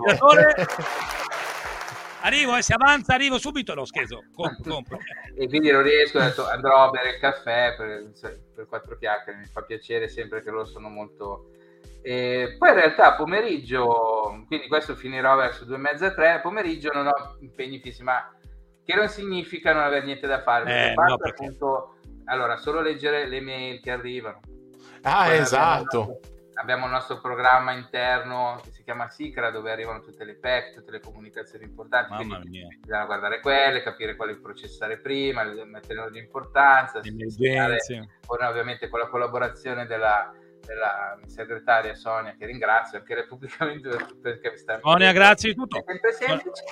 Arrivo subito, no scherzo. Compro. E quindi non riesco, andrò a bere il caffè per 4 chiacchiere, mi fa piacere sempre che loro sono molto... E poi in realtà pomeriggio, quindi questo finirò verso 2:30, 3, pomeriggio non ho impegni fissi, ma che non significa non avere niente da fare, perché appunto, allora, solo leggere le mail che arrivano. Poi esatto. Abbiamo il nostro programma interno che si chiama Sicra, dove arrivano tutte le PEC, tutte le comunicazioni importanti. Mamma mia. Bisogna guardare quelle, capire quali processare prima, mettere di importanza. Poi ovviamente con la collaborazione della segretaria Sonia, che ringrazio anche lei pubblicamente perché mi sta... Sonia, grazie di tutto. È sempre semplice.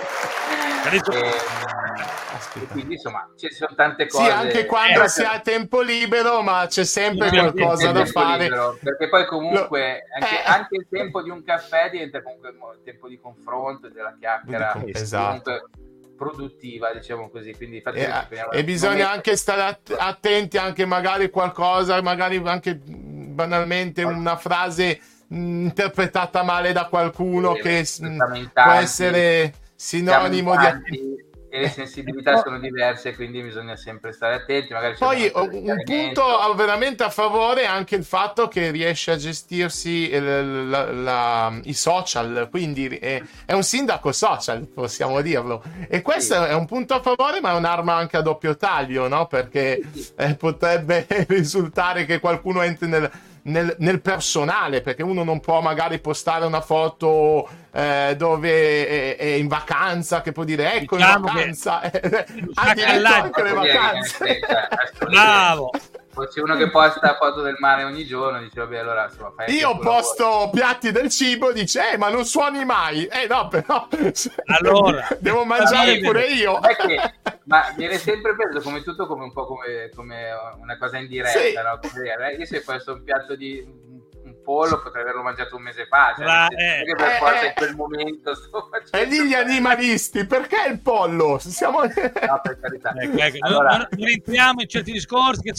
E quindi insomma ci sono tante cose. Sì, anche quando si ha tempo libero, ma c'è sempre qualcosa da fare. Libero, perché poi comunque anche il tempo di un caffè diventa comunque il tempo di confronto, della chiacchiera. Esatto. Produttiva, diciamo così, quindi e bisogna anche stare attenti anche magari qualcosa, magari anche banalmente una frase interpretata male da qualcuno che può essere sinonimo di... e le sensibilità sono diverse, quindi bisogna sempre stare attenti. Magari poi un punto veramente a favore è anche il fatto che riesce a gestirsi i social, quindi è un sindaco social, possiamo dirlo, e questo è un punto a favore, ma è un'arma anche a doppio taglio, no? Perché potrebbe risultare che qualcuno entri nel personale, perché uno non può magari postare una foto dove è in vacanza, che può dire ecco, diciamo, in vacanza ha diritto anche le vacanze. Bravo. Poi c'è uno che posta foto del mare ogni giorno, dice vabbè, allora insomma, io posto piatti del cibo, dice ma non suoni mai, no, però allora devo mangiare pure io. Ma viene sempre preso come tutto, come un po' come una cosa in diretta, sì. No? Io se posto un piatto di un pollo potrei averlo mangiato un mese fa, che per forza in quel momento sto facendo. E lì gli animalisti, perché il pollo? No, per carità. Non entriamo in certi discorsi che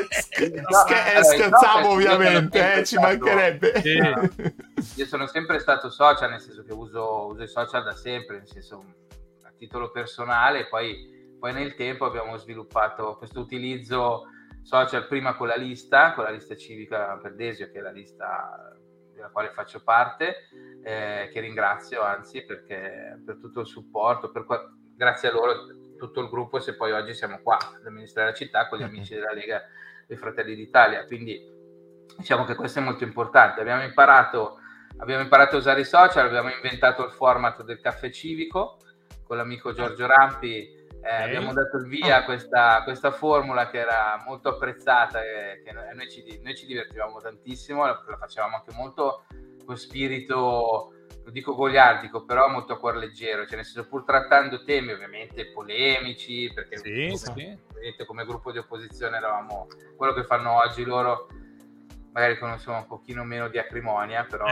scherzavo, ovviamente, ci mancherebbe. Sì. Io sono sempre stato social, nel senso che uso i social da sempre, nel senso a titolo personale, poi nel tempo abbiamo sviluppato questo utilizzo social, prima con la lista civica per Desio, che è la lista della quale faccio parte, che ringrazio anzi perché per tutto il supporto, grazie a loro tutto il gruppo, se poi oggi siamo qua ad amministrare la città con gli amici della Lega dei Fratelli d'Italia, quindi diciamo che questo è molto importante. Abbiamo imparato a usare i social, abbiamo inventato il format del caffè civico con l'amico Giorgio Rampi. Abbiamo dato il via a questa formula che era molto apprezzata e che noi ci divertivamo tantissimo, la facevamo anche molto con spirito, lo dico goliardico, però molto a cuor leggero, cioè nel senso, pur trattando temi ovviamente polemici, perché come gruppo di opposizione eravamo quello che fanno oggi loro, magari con un pochino meno di acrimonia, però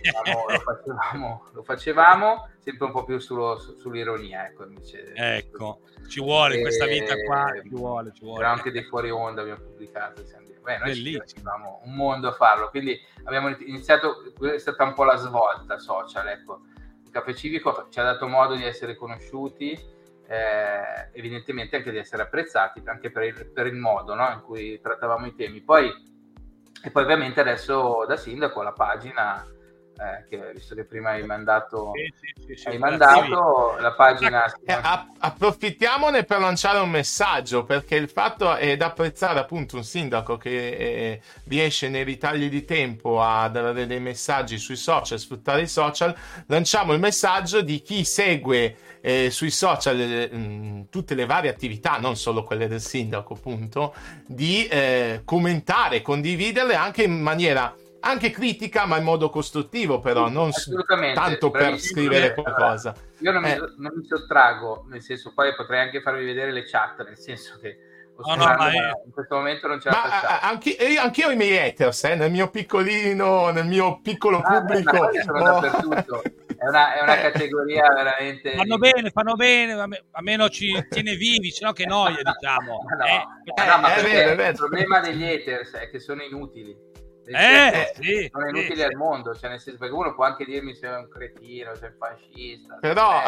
lo facevamo sempre un po' più sull'ironia, ecco, invece. Ecco, ci vuole in questa vita qua, ci vuole. Però anche dei fuori onda abbiamo pubblicato, noi ci avevamo un mondo a farlo, quindi abbiamo iniziato, è stata un po' la svolta social, ecco. Il Caffè Civico ci ha dato modo di essere conosciuti, evidentemente anche di essere apprezzati, anche per il modo, no, in cui trattavamo i temi. E poi ovviamente adesso da sindaco la pagina visto che prima hai mandato, sì, la pagina. Approfittiamone per lanciare un messaggio, perché il fatto è da apprezzare appunto un sindaco che riesce nei ritagli di tempo a dare dei messaggi sui social, sfruttare i social. Lanciamo il messaggio di chi segue sui social tutte le varie attività, non solo quelle del sindaco, appunto, di commentare, condividerle anche in maniera anche critica, ma in modo costruttivo, però non tanto per scrivere qualcosa. Io non mi sottraggo, nel senso, poi potrei anche farvi vedere le chat, nel senso che in questo momento non c'è anch'io ho i miei haters, nel mio piccolo pubblico. Sono dappertutto. È una categoria veramente. Fanno bene, a meno ci tiene vivi, sennò che noia, diciamo. Ma il problema degli haters è che sono inutili. Sono inutili al mondo, cioè nel senso, perché uno può anche dirmi se è un cretino, se è un fascista, però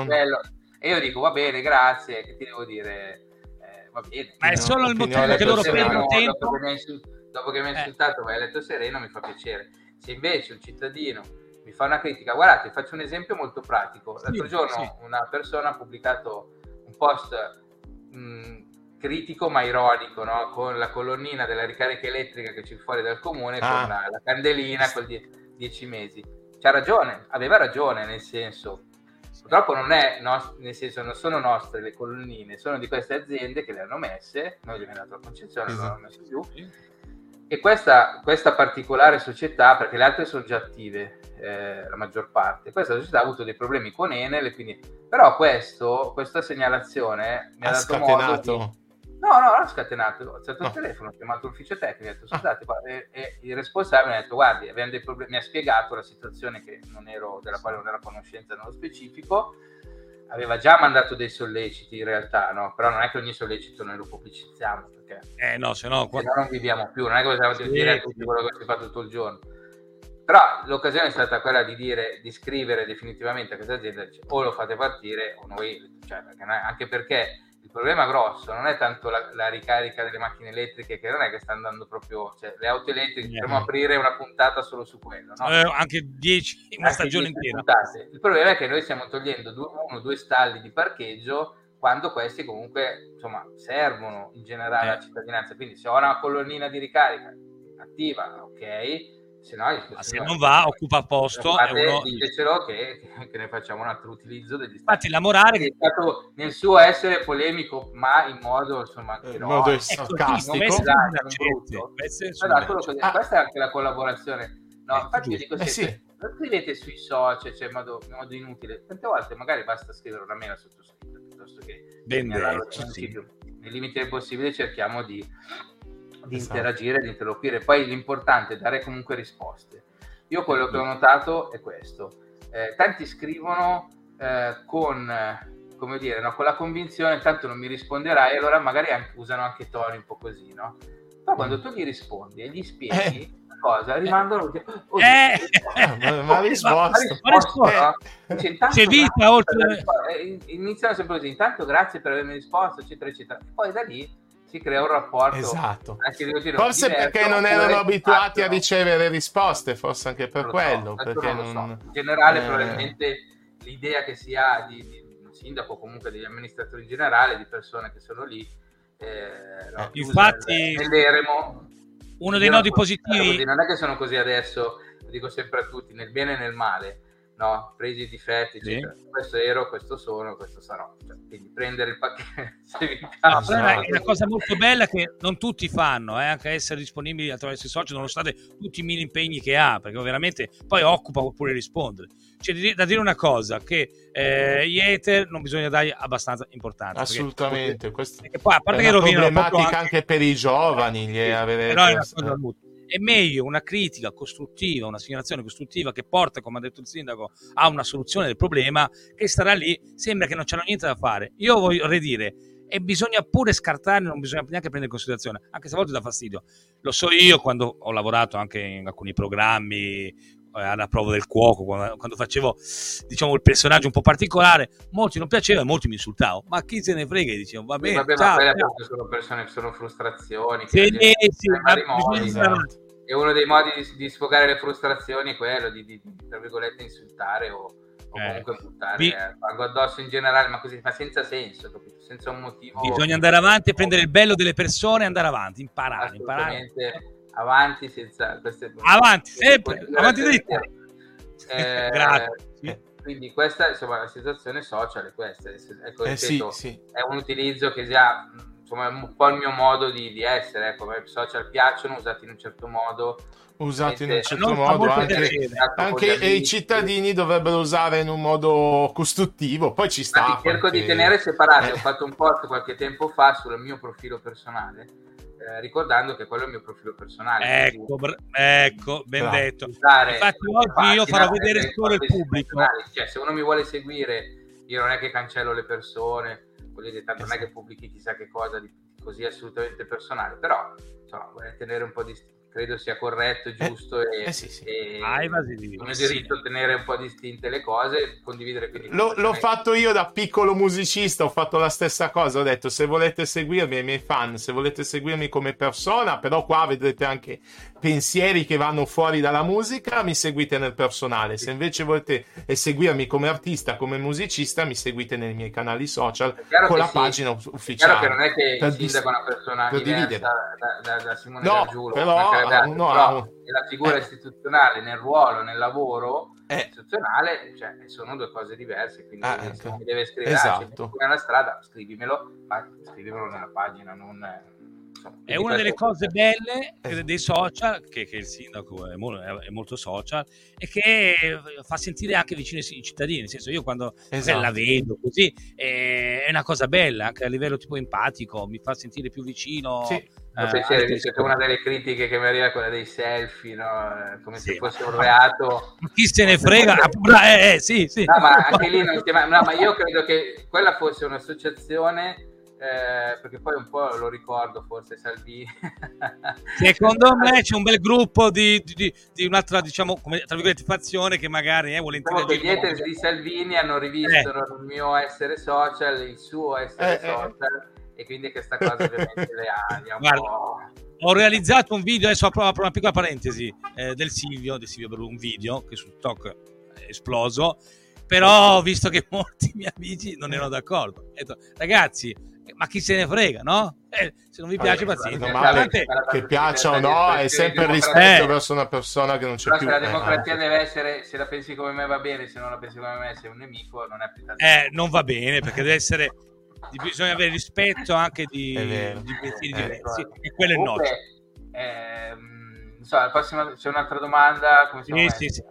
e io dico va bene, grazie, che ti devo dire, va bene. Ma è solo il motivo che loro prendono tempo. Dopo che mi hai insultato, vai a letto sereno, mi fa piacere. Se invece un cittadino mi fa una critica, guardate, faccio un esempio molto pratico. L'altro giorno una persona ha pubblicato un post critico ma ironico, no? Con la colonnina della ricarica elettrica che c'è fuori dal comune, con la candelina con 10 mesi. C'ha ragione, aveva ragione, nel senso, purtroppo non è nel senso, non sono nostre le colonnine, sono di queste aziende che le hanno messe, noi gli abbiamo dato la concessione, non l'hanno messo più. E questa particolare società, perché le altre sono già attive, la maggior parte, questa società ha avuto dei problemi con Enel, quindi però questa segnalazione mi ha dato scatenato. modo di... No, non ho scatenato, ho alzato il telefono, ho chiamato l'ufficio tecnico, ho detto scusate, e il responsabile mi ha detto guardi, abbiamo dei problemi, mi ha spiegato la situazione della quale non ero a conoscenza nello specifico, aveva già mandato dei solleciti in realtà, no? Però non è che ogni sollecito noi lo pubblicizziamo, perché se no non viviamo più, non è che possiamo dire a tutti quello che si fa tutto il giorno. Però l'occasione è stata quella di scrivere definitivamente a questa azienda, o lo fate partire o noi, cioè, anche perché il problema grosso non è tanto la ricarica delle macchine elettriche, che non è che sta andando proprio, cioè le auto elettriche, potremmo aprire una puntata solo su quello, no? Anche 10, una stagione intera. Puntate. Il problema è che noi stiamo togliendo 2 stalli di parcheggio quando questi comunque, insomma, servono in generale alla cittadinanza. Quindi se ho una colonnina di ricarica attiva, ok, se no, se non va, occupa posto. Ditecelo che ne facciamo un altro utilizzo degli stati. Infatti, lavorare è stato nel suo essere polemico, ma in modo insomma sarcastico. Questa è anche la collaborazione. No, infatti io dico sempre, non scrivete sui social, cioè in modo inutile. Tante volte magari basta scrivere una mail sottoscritta piuttosto che nei limiti del possibile cerchiamo di interagire, di interloquire. Poi l'importante è dare comunque risposte. Io quello che ho notato è questo: tanti scrivono con la convinzione tanto non mi risponderai, allora magari usano anche toni un po' così, no? Poi quando tu gli rispondi e gli spieghi cosa, rimangono ma ha risposto, no? C'è vita oltre, iniziano sempre così, intanto grazie per avermi risposto, eccetera eccetera, poi da lì si crea un rapporto, forse perché non erano abituati a ricevere risposte, forse anche per quello, perché in generale probabilmente l'idea che si ha di un sindaco, comunque degli amministratori in generale, di persone che sono lì, infatti nell'eremo, uno dei nodi positivi, non è che sono così adesso, lo dico sempre a tutti, nel bene e nel male, no, presi i difetti, eccetera. Questo ero, questo sono, questo sarò, cioè, quindi prendere il pacchetto. È una cosa molto bella che non tutti fanno, anche essere disponibili attraverso i social, nonostante tutti i mille impegni che ha, perché veramente poi occupa pure rispondere. C'è da dire una cosa, che gli hater non bisogna dargli abbastanza importanza, assolutamente, perché poi, a parte che è una problematica anche per i giovani, però è una cosa è meglio una critica costruttiva, una segnalazione costruttiva che porta, come ha detto il sindaco, a una soluzione del problema, che starà lì, sembra che non c'hanno niente da fare. Io vorrei dire, e bisogna pure scartare, non bisogna neanche prendere in considerazione, anche se a volte dà fastidio. Lo so io quando ho lavorato anche in alcuni programmi, alla prova del cuoco, quando facevo, diciamo, il personaggio un po' particolare, molti non piaceva e molti mi insultavo, ma chi se ne frega, dicevo va bene, ciao. Sono persone che sono frustrazioni, E uno dei modi di sfogare le frustrazioni è quello di tra virgolette insultare o comunque buttare fango addosso in generale, ma così, ma senza senso, capito? Senza un motivo. Bisogna andare avanti e prendere il bello delle persone e andare avanti, imparare. Avanti, senza avanti, sempre, avanti dritta. Grazie. Quindi questa, insomma, la situazione social è questa. Ecco, ripeto, è un utilizzo che sia, insomma, è un po' il mio modo di essere. Ecco, i social piacciono, usati in un certo modo. Usati in un certo modo, anche i cittadini dovrebbero usare in un modo costruttivo. Poi ci sta. Cerco di tenere separati. Ho fatto un post qualche tempo fa sul mio profilo personale, ricordando che quello è il mio profilo personale. Ecco, ben detto. Infatti oggi io farò vedere solo il pubblico. Cioè, se uno mi vuole seguire, io non è che cancello le persone, voglio dire, tanto non è che pubblichi chissà che cosa di così assolutamente personale, però insomma, vorrei tenere un po' di, credo sia corretto, giusto e un diritto tenere un po' distinte le cose, condividere. L'ho fatto io da piccolo musicista, ho fatto la stessa cosa, ho detto se volete seguirmi ai miei fan, se volete seguirmi come persona, però qua vedrete anche pensieri che vanno fuori dalla musica, mi seguite nel personale. Se invece volete seguirmi come artista, come musicista, mi seguite nei miei canali social con la pagina ufficiale. Chiaro che non è che il sindaco è una persona diversa da Simone Gargiulo, però è la figura istituzionale nel ruolo, nel lavoro istituzionale, cioè, sono due cose diverse, quindi se mi deve scrivere nella strada, scrivimelo nella pagina, non è una delle cose belle dei social, che il sindaco è molto social e che fa sentire anche vicino i cittadini, nel senso, io quando la vedo così è una cosa bella anche a livello tipo empatico, mi fa sentire più vicino. Piacere, visto che una delle critiche che mi arriva è quella dei selfie, no? Come se fosse un reato. Chi se ne frega? Sì. No, ma anche lì ma io credo che quella fosse un'associazione, perché poi un po' lo ricordo, forse Salvini. Secondo me c'è un bel gruppo di un'altra, diciamo, come tra virgolette, fazione che magari vuole interagire. Gli haters di Salvini hanno rivisto il mio essere social, il suo essere social. E quindi questa cosa ovviamente le ha un po'. Ho realizzato un video, adesso apro una piccola parentesi, del Silvio un video che su TikTok è esploso, però visto che molti miei amici non erano d'accordo, ho detto, ragazzi, ma chi se ne frega, no? Se non vi piace, pazienza. Che piaccia o no, è sempre il rispetto verso una persona che non c'è più. La democrazia deve essere, se la pensi come me va bene, se non la pensi come me sei un nemico, non è più tanto. Non va bene, perché deve essere... bisogna avere rispetto anche di pensieri diversi, e quello è il nostro. La prossima, c'è un'altra domanda, come si chiama? Sì.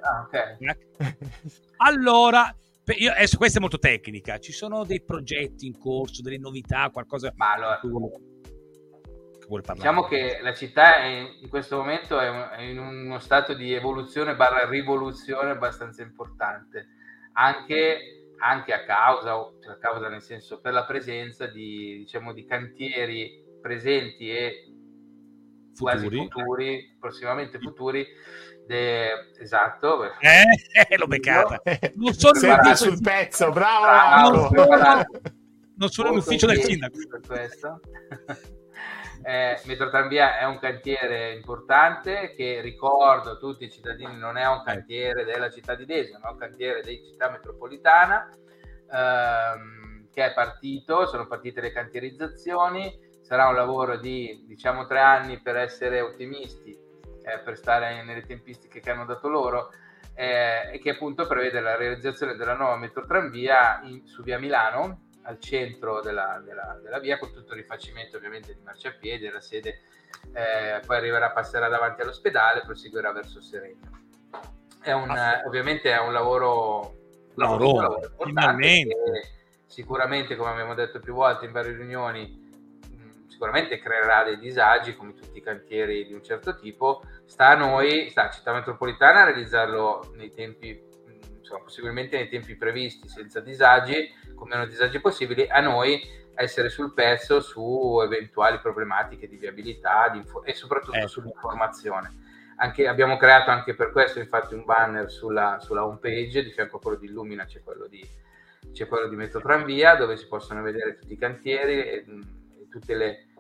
Allora, questa è molto tecnica, ci sono dei progetti in corso, delle novità, qualcosa? Ma allora, che vuole parlare? Diciamo che la città in questo momento è in uno stato di evoluzione / rivoluzione abbastanza importante, anche a causa nel senso per la presenza di cantieri presenti e quasi futuri, prossimamente futuri, esatto, l'ho beccata, non sono sul pezzo, bravo, non sono in ufficio del sindaco per questo. Metrotranvia è un cantiere importante che, ricordo a tutti i cittadini, non è un cantiere della città di Desio, ma è un cantiere di città metropolitana, che è partito, sono partite le cantierizzazioni, sarà un lavoro di 3 anni per essere ottimisti, per stare nelle tempistiche che hanno dato loro, e che appunto prevede la realizzazione della nuova metrotranvia su via Milano, al centro della via, con tutto il rifacimento ovviamente di marciapiedi, la sede poi passerà davanti all'ospedale, proseguirà verso Serena. Ovviamente è un lavoro importante, sicuramente, come abbiamo detto più volte in varie riunioni, sicuramente creerà dei disagi come tutti i cantieri di un certo tipo. Sta a noi, sta a Città Metropolitana, a realizzarlo nei tempi, possibilmente nei tempi previsti, senza disagi, con meno disagi possibili, a noi essere sul pezzo su eventuali problematiche di viabilità e soprattutto sull'informazione. Abbiamo creato anche per questo infatti un banner sulla home page, di fianco a quello di Illumina c'è quello di Metrotranvia, dove si possono vedere tutti i cantieri e tutte le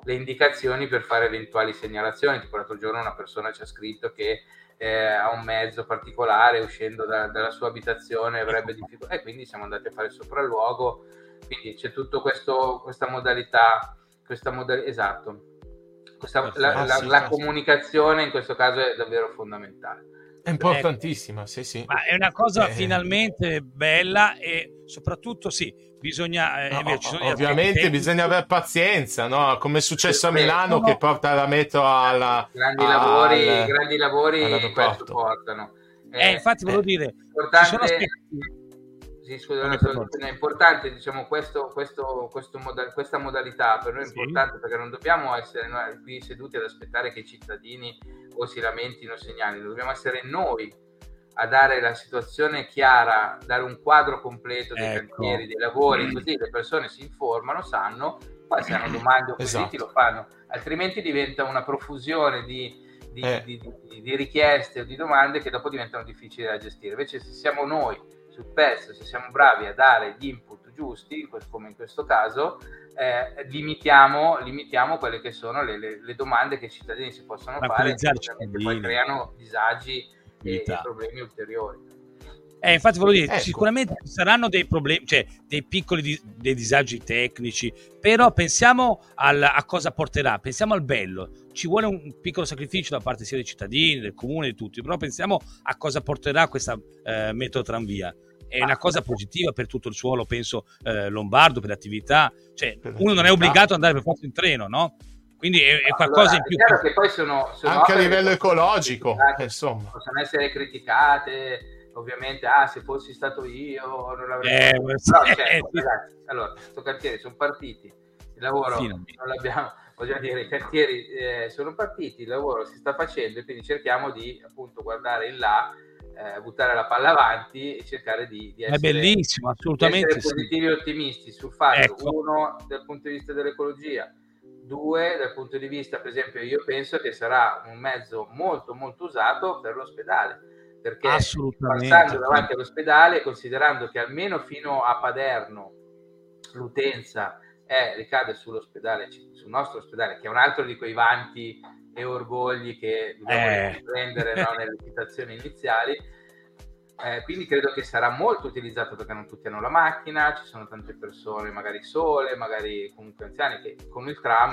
le indicazioni per fare eventuali segnalazioni. Tipo l'altro giorno una persona ci ha scritto che ha un mezzo particolare, uscendo dalla sua abitazione avrebbe difficoltà, e quindi siamo andati a fare il sopralluogo. Quindi c'è tutto questa modalità, esatto. La comunicazione in questo caso è davvero fondamentale. È importantissima, sì. Ma è una cosa finalmente bella, e soprattutto bisogna ovviamente bisogna avere pazienza, no? Come è successo a Milano, che porta la metro grandi lavori questo portano. Infatti volevo dire, importante, è importante, diciamo, questa modalità per noi è importante, perché non dobbiamo essere noi qui seduti ad aspettare che i cittadini o si lamentino, segnali, dobbiamo essere noi a dare la situazione chiara, dare un quadro completo dei cantieri, dei lavori, così le persone si informano, sanno, poi se hanno domande o quesiti lo fanno, altrimenti diventa una profusione di richieste o di domande che dopo diventano difficili da gestire. Invece se siamo noi sul pezzo, se siamo bravi a dare gli input giusti, come in questo caso, limitiamo quelle che sono le domande che i cittadini si possono fare, e poi creano disagi e problemi ulteriori. Infatti volevo dire, sicuramente ci saranno dei problemi, cioè dei piccoli dei disagi tecnici, però pensiamo a cosa porterà, pensiamo al bello. Ci vuole un piccolo sacrificio da parte sia dei cittadini, del comune, di tutti, però pensiamo a cosa porterà questa metro tranvia. È una cosa positiva per tutto il suolo, penso, lombardo, per le attività, cioè uno non è obbligato ad andare per forza in treno, no? Quindi è qualcosa in più. È chiaro che poi sono anche a livello ecologico, insomma, possono essere criticate, ovviamente. Se fossi stato io non l'avrei fatto. Ragazzi, allora, questo cantieri sono partiti, il lavoro non l'abbiamo, voglio dire, i cantieri sono partiti, il lavoro si sta facendo, e quindi cerchiamo di, appunto, guardare in là, buttare la palla avanti e cercare di essere, è bellissimo, assolutamente, di essere positivi e ottimisti sul fatto, uno, dal punto di vista dell'ecologia, due, dal punto di vista, per esempio, io penso che sarà un mezzo molto molto usato per l'ospedale, perché passando davanti all'ospedale, considerando che almeno fino a Paderno l'utenza ricade sull'ospedale, sul nostro ospedale, che è un altro di quei vanti e orgogli che dobbiamo prendere nelle citazioni iniziali. Quindi credo che sarà molto utilizzato, perché non tutti hanno la macchina, ci sono tante persone magari sole, magari comunque anziani, che con il tram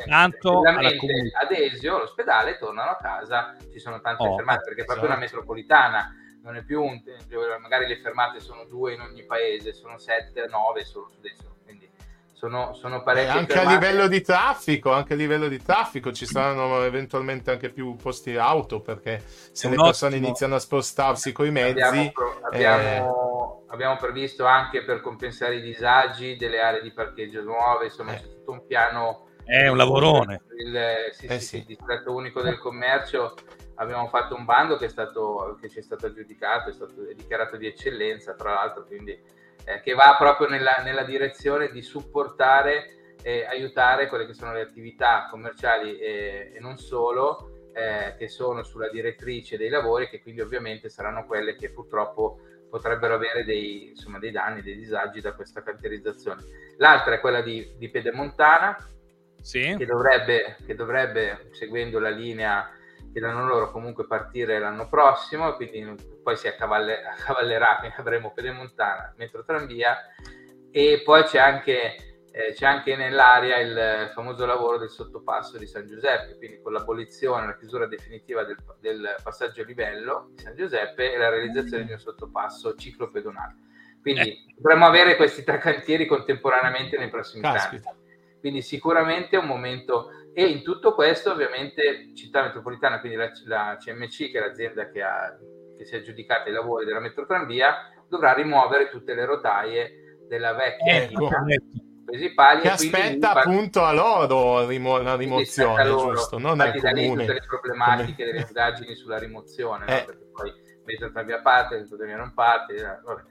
ad Esio, l'ospedale, tornano a casa, ci sono tante fermate, perché è proprio una metropolitana, non è più magari le fermate sono 2 in ogni paese, sono 7, 9 solo su Desio, quindi sono parecchie anche fermate. A livello di traffico ci saranno eventualmente anche più posti auto, perché se le persone iniziano a spostarsi coi mezzi, abbiamo previsto anche, per compensare i disagi, delle aree di parcheggio nuove, insomma c'è tutto un piano, un lavorone. Il distretto unico del commercio, abbiamo fatto un bando che ci è stato aggiudicato, è stato dichiarato di eccellenza, tra l'altro, quindi che va proprio nella direzione di supportare e aiutare quelle che sono le attività commerciali e non solo, che sono sulla direttrice dei lavori, che quindi ovviamente saranno quelle che purtroppo potrebbero avere dei danni, dei disagi da questa cantierizzazione. L'altra è quella di Pedemontana, che dovrebbe, seguendo la linea che danno loro, comunque partire l'anno prossimo, quindi poi si accavallerà, quindi avremo Pedemontana, metro tranvia, e poi c'è anche nell'area il famoso lavoro del sottopasso di San Giuseppe, quindi con l'abolizione, la chiusura definitiva del passaggio a livello di San Giuseppe e la realizzazione di un sottopasso ciclopedonale. Quindi dovremmo avere questi 3 cantieri contemporaneamente nei prossimi anni. Quindi sicuramente è un momento. E in tutto questo, ovviamente, Città Metropolitana, quindi la CMC, che è l'azienda che si è aggiudicata i lavori della metrotranvia, dovrà rimuovere tutte le rotaie della vecchia principali, che aspetta appunto a loro la rimozione, giusto? Non al comune. Tutte le problematiche delle indagini sulla rimozione, no? Perché poi metrotranvia parte, metrotranvia non parte, vabbè.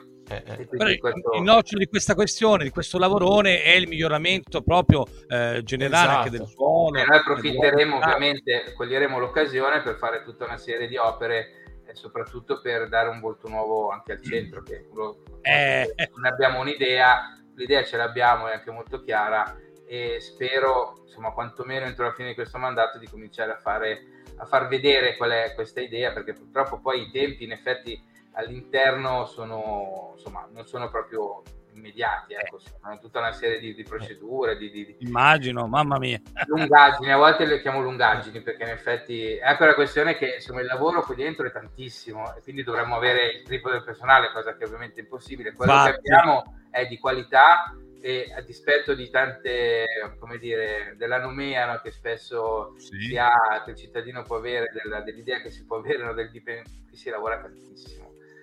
Il nocciolo di questa questione, di questo lavorone, è il miglioramento proprio generale, anche del suolo. Noi approfitteremo, ovviamente, coglieremo l'occasione per fare tutta una serie di opere, soprattutto per dare un volto nuovo anche al centro, che non abbiamo un'idea, l'idea ce l'abbiamo, è anche molto chiara, e spero, insomma, quantomeno entro la fine di questo mandato, di cominciare a far vedere qual è questa idea, perché purtroppo poi i tempi in effetti all'interno non sono proprio immediati, ecco, sono tutta una serie di procedure, immagino, mamma mia, lungaggini, a volte le chiamo lungaggini, perché in effetti è anche la questione che insomma il lavoro qui dentro è tantissimo e quindi dovremmo avere il triplo del personale, cosa che ovviamente è impossibile. Quello che abbiamo è di qualità, e a dispetto di tante, come dire, dell'anomia, no, che spesso si ha, che il cittadino può avere, dell'idea che si può avere, no, che si lavora tantissimo.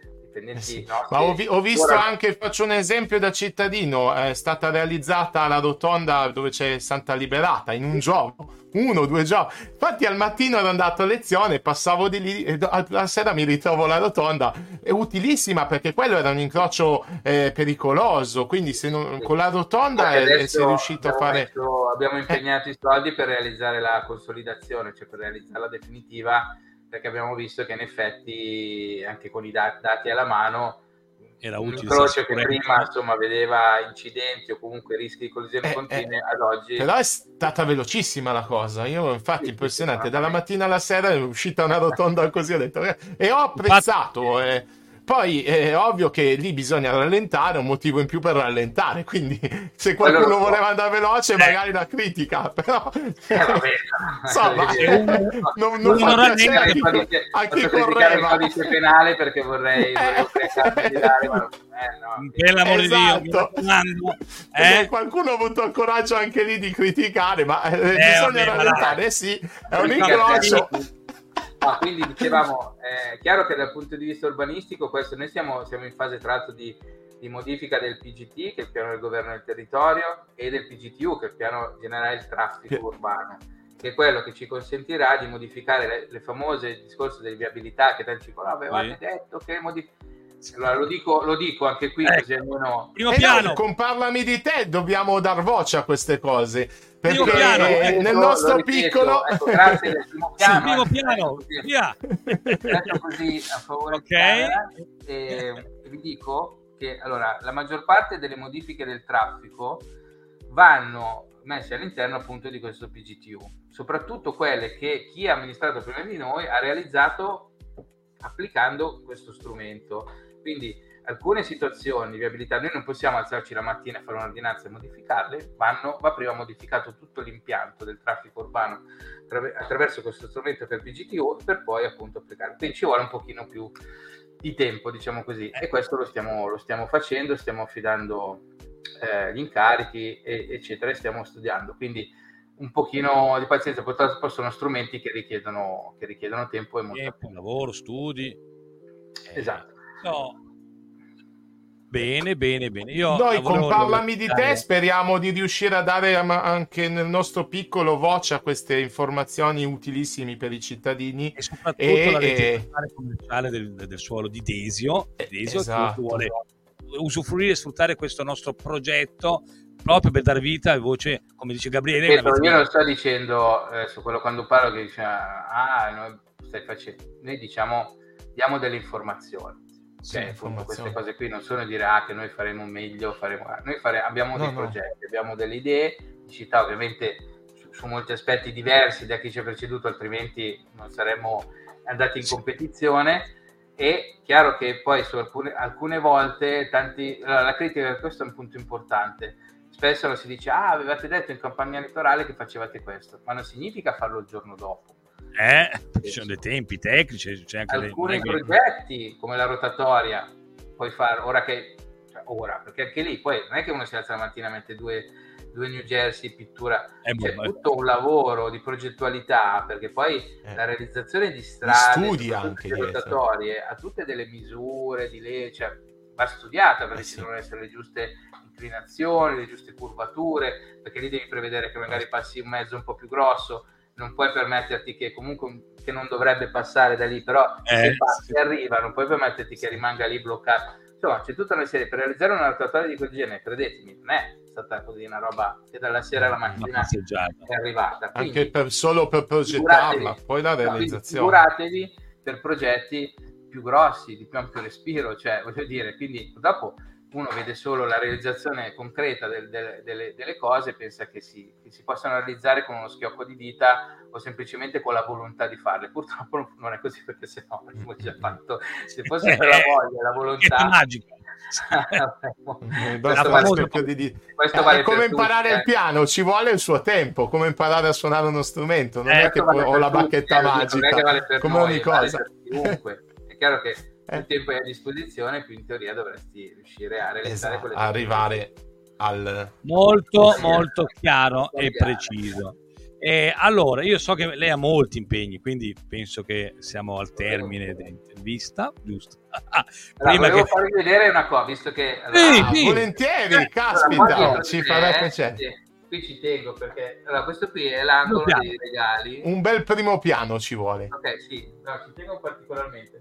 Ma ho visto anche, faccio un esempio da cittadino, è stata realizzata la rotonda dove c'è Santa Liberata in un giorno, 1 o 2 giorni. Infatti al mattino ero andato a lezione, passavo di lì e alla sera mi ritrovo la rotonda. È utilissima perché quello era un incrocio pericoloso, quindi se non, con la rotonda si è riuscito a fare... Abbiamo impegnato i soldi per realizzare la consolidazione, cioè per realizzarla definitiva, perché abbiamo visto che in effetti anche con i dati alla mano era un incrocio che prima insomma vedeva incidenti o comunque rischi di collisione continue, ad oggi però è stata velocissima la cosa. Io infatti impressionante, dalla mattina alla sera è uscita una rotonda così, ho detto e ho apprezzato. Poi è ovvio che lì bisogna rallentare, un motivo in più per rallentare, quindi se qualcuno voleva andare veloce magari la critica, però insomma non fa piacere a chi correva. Il codice penale perché vorrei candidare, ma per l'amore di Dio, qualcuno ha avuto il coraggio anche lì di criticare, ma bisogna rallentare, sì, è un incrocio. Quindi dicevamo, è chiaro che dal punto di vista urbanistico questo, noi siamo in fase tra l'altro di modifica del PGT, che è il piano del governo del territorio, e del PGTU, che è il piano generale del traffico urbano, che è quello che ci consentirà di modificare le famose discorsi delle viabilità che tanti dicono, avevate detto che allora lo dico anche qui, così almeno primo piano. Con Parlami di te dobbiamo dar voce a queste cose, perché nel lo nostro ripeto, piccolo grazie del primo piano, via. Detto così a favore di camera, e vi dico che allora la maggior parte delle modifiche del traffico vanno messe all'interno appunto di questo PGTU, soprattutto quelle che chi ha amministrato prima di noi ha realizzato applicando questo strumento. Quindi alcune situazioni di viabilità noi non possiamo alzarci la mattina e fare un'ordinanza e modificarle, va prima modificato tutto l'impianto del traffico urbano attraverso questo strumento che è il PGTU, per poi appunto applicare. Quindi ci vuole un pochino più di tempo, diciamo così, e questo lo stiamo facendo, stiamo affidando gli incarichi eccetera, e stiamo studiando, quindi un pochino di pazienza. Purtroppo sono strumenti che richiedono tempo e molto lavoro, studi. Esatto. No. Bene. Noi con Parlami di te speriamo di riuscire a dare anche nel nostro piccolo voce a queste informazioni utilissime per i cittadini, e soprattutto la legge commerciale del suolo di Desio, esatto. Che vuole usufruire e sfruttare questo nostro progetto proprio per dar vita e voce, come dice Gabriele. Io non sto dicendo su quello, quando parlo che dice noi stai facendo, noi diamo delle informazioni. Queste cose qui non sono dire che noi faremo meglio, abbiamo dei progetti, abbiamo delle idee di città, ovviamente su molti aspetti diversi da chi ci ha preceduto, altrimenti non saremmo andati in competizione. E chiaro che poi su alcune volte la critica, questo è un punto importante, spesso si dice avevate detto in campagna elettorale che facevate questo, ma non significa farlo il giorno dopo. Ci sono dei tempi tecnici, c'è anche alcuni progetti come la rotatoria puoi fare ora, perché anche lì poi non è che uno si alza la mattina e mette due New Jersey, pittura, c'è tutto un lavoro di progettualità, perché poi la realizzazione di strade, studi anche di rotatorie, ha tutte delle misure di legge, va studiata perché ci devono essere le giuste inclinazioni, le giuste curvature, perché lì devi prevedere che magari passi un mezzo un po' più grosso, non puoi permetterti che non dovrebbe passare da lì, però se passi arriva, non puoi permetterti che rimanga lì bloccato. Insomma, c'è tutta una serie, per realizzare una rotatoria di quel genere, credetemi, non è stata così una roba che dalla sera alla mattina è arrivata. Quindi, anche solo per progettarla, poi la realizzazione. Figuratevi per progetti più grossi, di più ampio respiro, cioè voglio dire, quindi dopo uno vede solo la realizzazione concreta delle cose e pensa che si possano realizzare con uno schiocco di dita o semplicemente con la volontà di farle. Purtroppo non è così, perché se no avremmo già fatto, se fosse per la voglia, la volontà magica. Vale come imparare il piano, ci vuole il suo tempo, come imparare a suonare uno strumento, non è che vale ho la bacchetta tutti, magica, vale per come noi, ogni cosa. Vale è chiaro che più tempo hai a disposizione, più in teoria dovresti riuscire a realizzare quelle arrivare al molto chiaro e preciso. Allora, io so che lei ha molti impegni, quindi penso che siamo al termine dell'intervista, giusto? Volevo farvi vedere una cosa, visto che volentieri, caspita, ci farà piacere. Qui ci tengo, perché questo qui è l'angolo dei regali. Un bel primo piano ci vuole. Ok, sì, ci tengo particolarmente.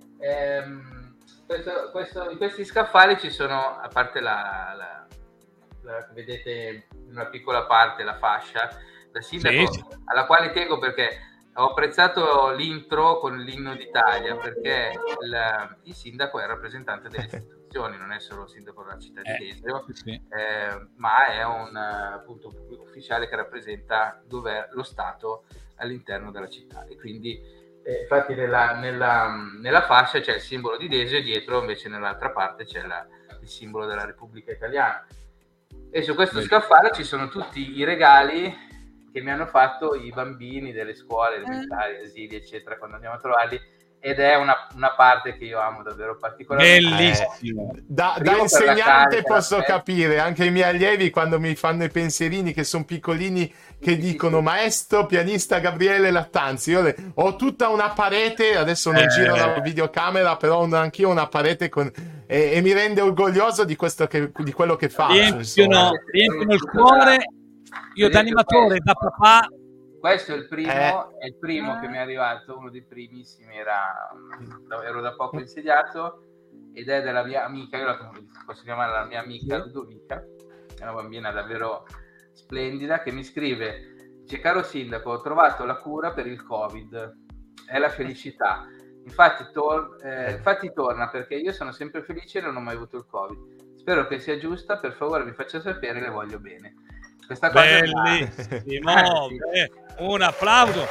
In questi scaffali ci sono, a parte la vedete in una piccola parte la fascia da sindaco, sì, alla quale tengo, perché ho apprezzato l'intro con l'inno d'Italia, perché il sindaco è il rappresentante delle istituzioni, non è solo il sindaco della città di Desio, ma è un punto ufficiale che rappresenta dov'è lo Stato all'interno della città, e quindi infatti nella fascia c'è il simbolo di Desio e dietro invece nell'altra parte c'è il simbolo della Repubblica Italiana, e su questo scaffale ci sono tutti i regali che mi hanno fatto i bambini delle scuole elementari, asili eccetera, quando andiamo a trovarli, ed è una parte che io amo davvero particolarmente. Bellissimo. Da insegnante posso capire, anche i miei allievi quando mi fanno i pensierini, che sono piccolini, che dicono maestro pianista Gabriele Lattanzi, io ho tutta una parete, adesso non giro la videocamera, però anch'io una parete e mi rende orgoglioso di quello che faccio. Riempiono il cuore. Io da animatore, da papà. Questo è il primo che mi è arrivato, uno dei primissimi, ero da poco insediato, ed è della mia amica, io posso chiamarla la mia amica Ludovica, è una bambina davvero splendida, che mi scrive, dice: caro sindaco, ho trovato la cura per il Covid, è la felicità, infatti torna, perché io sono sempre felice e non ho mai avuto il Covid, spero che sia giusta, per favore mi faccia sapere, le voglio bene. Questa cosa bellissimo, un applauso.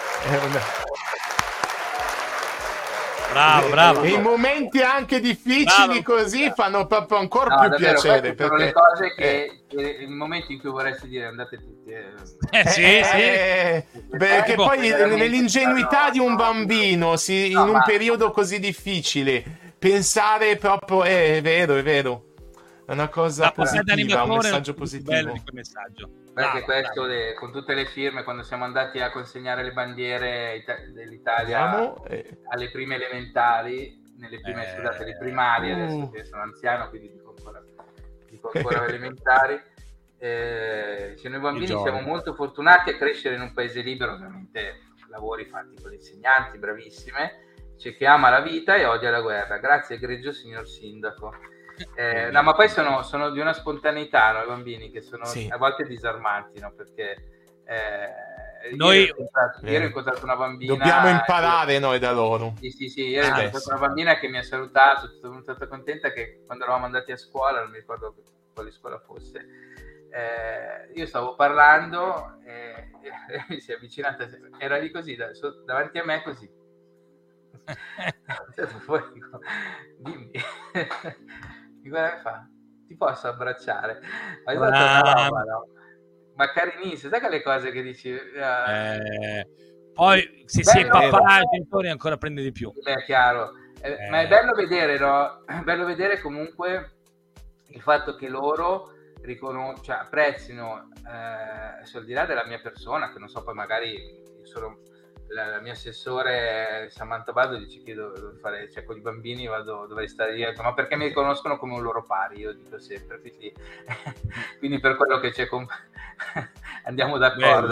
Bravo. E i momenti anche difficili così fanno proprio ancora più davvero, piacere, perché sono le cose che i momenti in cui vorresti dire andate tutti perché poi nell'ingenuità di un bambino in un periodo così difficile pensare proprio è vero, è una cosa positiva, un messaggio positivo. Bello di quel messaggio. Perché questo con tutte le firme, quando siamo andati a consegnare le bandiere dell'Italia alle prime elementari, nelle primarie, adesso che sono anziano, quindi dico ancora elementari, noi bambini siamo molto fortunati a crescere in un paese libero, ovviamente lavori fatti con le insegnanti bravissime, c'è chi ama la vita e odia la guerra, grazie egregio signor sindaco. No, ma poi sono di una spontaneità, no, i bambini, che sono a volte disarmanti, no? Perché ieri ho incontrato una bambina. Dobbiamo imparare noi da loro. Sì, ieri ho incontrato una bambina che mi ha salutato, sono stata contenta, che quando eravamo andati a scuola, non mi ricordo quale scuola fosse, io stavo parlando e mi si è avvicinata, era lì così, davanti a me così. Fuori, dico, dimmi. Guarda che fa, ti posso abbracciare? Hai dato una roba, no? Ma carinissimo, sai che le cose che dici poi se si è papà e genitori ancora prende di più, è chiaro, ma è bello vedere, no? È bello vedere comunque il fatto che loro apprezzino, al di là della mia persona, che non so, poi magari sono la mia assessore Samantha Baldo dice che devo fare, cioè con i bambini dovrei stare dietro, ma perché mi riconoscono come un loro pari, io dico sempre, quindi per quello che c'è andiamo d'accordo.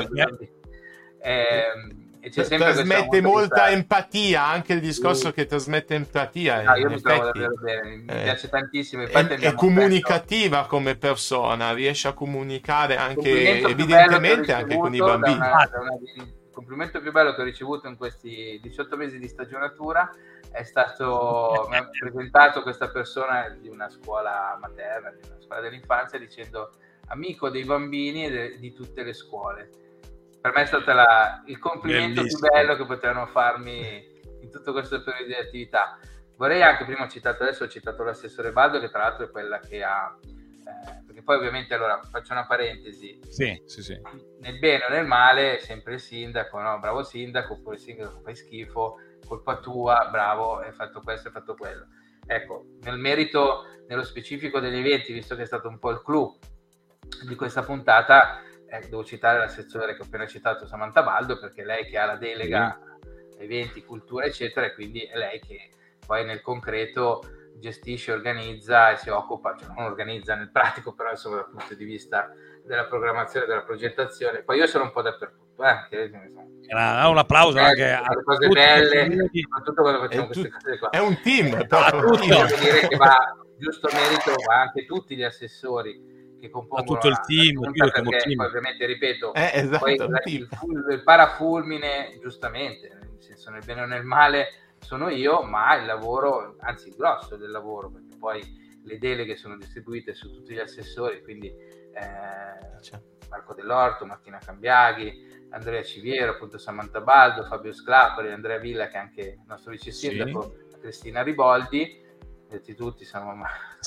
E c'è sempre trasmette molta empatia, anche il discorso che trasmette empatia. Io mi trovo davvero bene, mi piace tantissimo. È comunicativa come persona, riesce a comunicare anche evidentemente anche con i bambini. Il complimento più bello che ho ricevuto in questi 18 mesi di stagionatura mi ha presentato questa persona di una scuola materna, di una scuola dell'infanzia, dicendo amico dei bambini e di tutte le scuole. Per me è stato il complimento più bello che potevano farmi in tutto questo periodo di attività. Vorrei anche, prima ho citato l'assessore Baldo, che tra l'altro è quella che ha, perché poi ovviamente, allora faccio una parentesi, sì. Nel bene o nel male sempre il sindaco, no? Bravo sindaco, oppure sindaco fai schifo, colpa tua, bravo, hai fatto questo, hai fatto quello. Ecco, nel merito, nello specifico degli eventi, visto che è stato un po' il clou di questa puntata, devo citare l'assessore che ho appena citato, Samantha Baldo, perché è lei che ha la delega eventi, cultura eccetera, e quindi è lei che poi nel concreto gestisce, organizza e si occupa, cioè non organizza nel pratico, però insomma dal punto di vista della programmazione, della progettazione. Poi io sono un po' dappertutto, un applauso anche a le cose belle, soprattutto quando facciamo queste cose qua. È un team, devo dire che va giusto merito, ma anche tutti gli assessori che compongono tutto il team, perché poi ovviamente, ripeto, esatto, poi il parafulmine, giustamente, nel senso, nel bene o nel male sono io, ma il lavoro, anzi il grosso del lavoro, perché poi le deleghe sono distribuite su tutti gli assessori, quindi Marco Dell'Orto, Martina Cambiaghi, Andrea Civiero, appunto Samantha Baldo, Fabio Sclapoli, Andrea Villa, che è anche il nostro vice sindaco, Cristina Riboldi, tutti siamo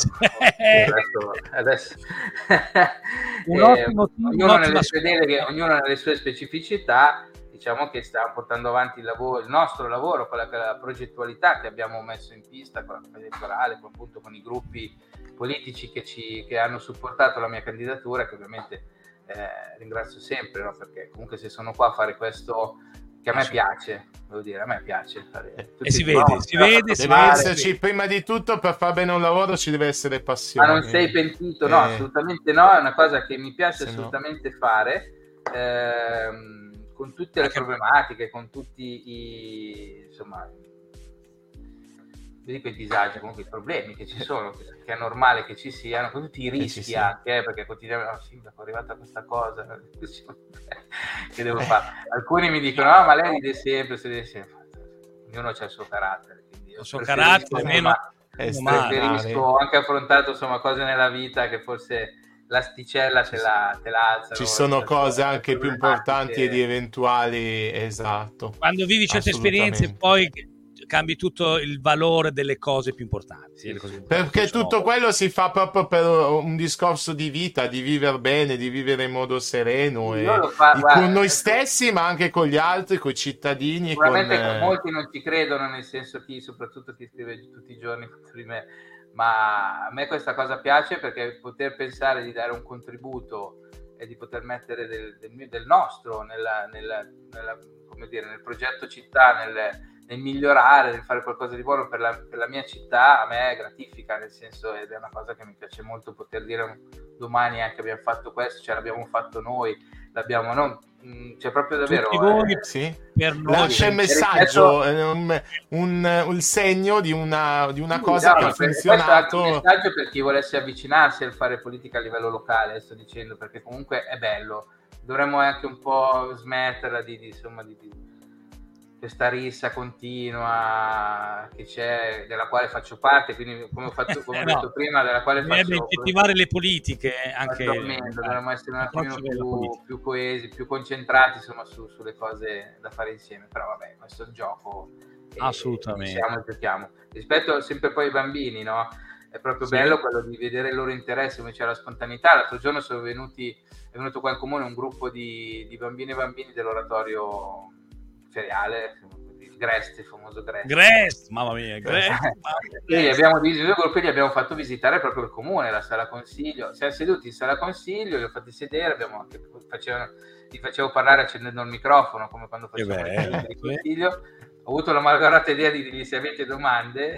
adesso un ottimo team, ognuno nelle sue deleghe, ognuno nelle sue specificità. Diciamo che stiamo portando avanti il nostro lavoro con la progettualità che abbiamo messo in pista con la campagna elettorale, appunto con i gruppi politici che hanno supportato la mia candidatura, che ovviamente ringrazio sempre, no? Perché comunque se sono qua a fare questo che a me piace, devo dire, a me piace fare e si vede, deve esserci, prima di tutto, per fare bene un lavoro ci deve essere passione. Ma non sei pentito? No, assolutamente no, è una cosa che mi piace assolutamente fare, con tutte le problematiche, con tutti i disagi, comunque i problemi che ci sono, che è normale che ci siano, con tutti i rischi anche, perché continuamente sindaco è arrivata questa cosa che devo fare. Alcuni mi dicono ma lei ride sempre, ognuno ha il suo carattere, quindi il suo carattere, preferisco anche affrontato cose nella vita che forse l'asticella te la alza. Ci sono cose anche più importanti e di eventuali, esatto. Quando vivi certe esperienze poi cambi tutto il valore delle cose più importanti. Perché tutto quello si fa proprio per un discorso di vita, di vivere bene, di vivere in modo sereno, con noi stessi, ma anche con gli altri, con i cittadini. Sicuramente molti non ci credono, nel senso soprattutto chi scrive tutti i giorni contro di me. Ma a me questa cosa piace, perché poter pensare di dare un contributo e di poter mettere del nostro nel progetto città, nel migliorare, nel fare qualcosa di buono per la mia città, a me gratifica, nel senso, ed è una cosa che mi piace molto poter dire domani anche abbiamo fatto questo, l'abbiamo fatto noi, proprio davvero per noi, lascia il messaggio, un segno di una cosa che ha funzionato. Questo è un messaggio per chi volesse avvicinarsi al fare politica a livello locale, sto dicendo, perché comunque è bello, dovremmo anche un po' smetterla di questa rissa continua che c'è, della quale faccio parte, quindi come ho detto prima, della quale faccio incentivare le politiche anche. Dovremmo essere un attimino più coesi, più concentrati sulle cose da fare insieme, però vabbè, questo è un gioco, assolutamente, giochiamo. Rispetto sempre poi ai bambini, no? È proprio bello quello di vedere il loro interesse, come c'è la spontaneità. L'altro giorno è venuto qua in comune un gruppo di bambine e bambini dell'oratorio feriale, il famoso Grest, mamma mia, Quindi abbiamo diviso due gruppi, li abbiamo fatto visitare proprio il comune, la sala consiglio. Siamo seduti in sala consiglio, li ho fatti sedere, li facevo parlare accendendo il microfono, come quando facevamo il consiglio. Ho avuto la malgrata idea di dirgli se avete domande.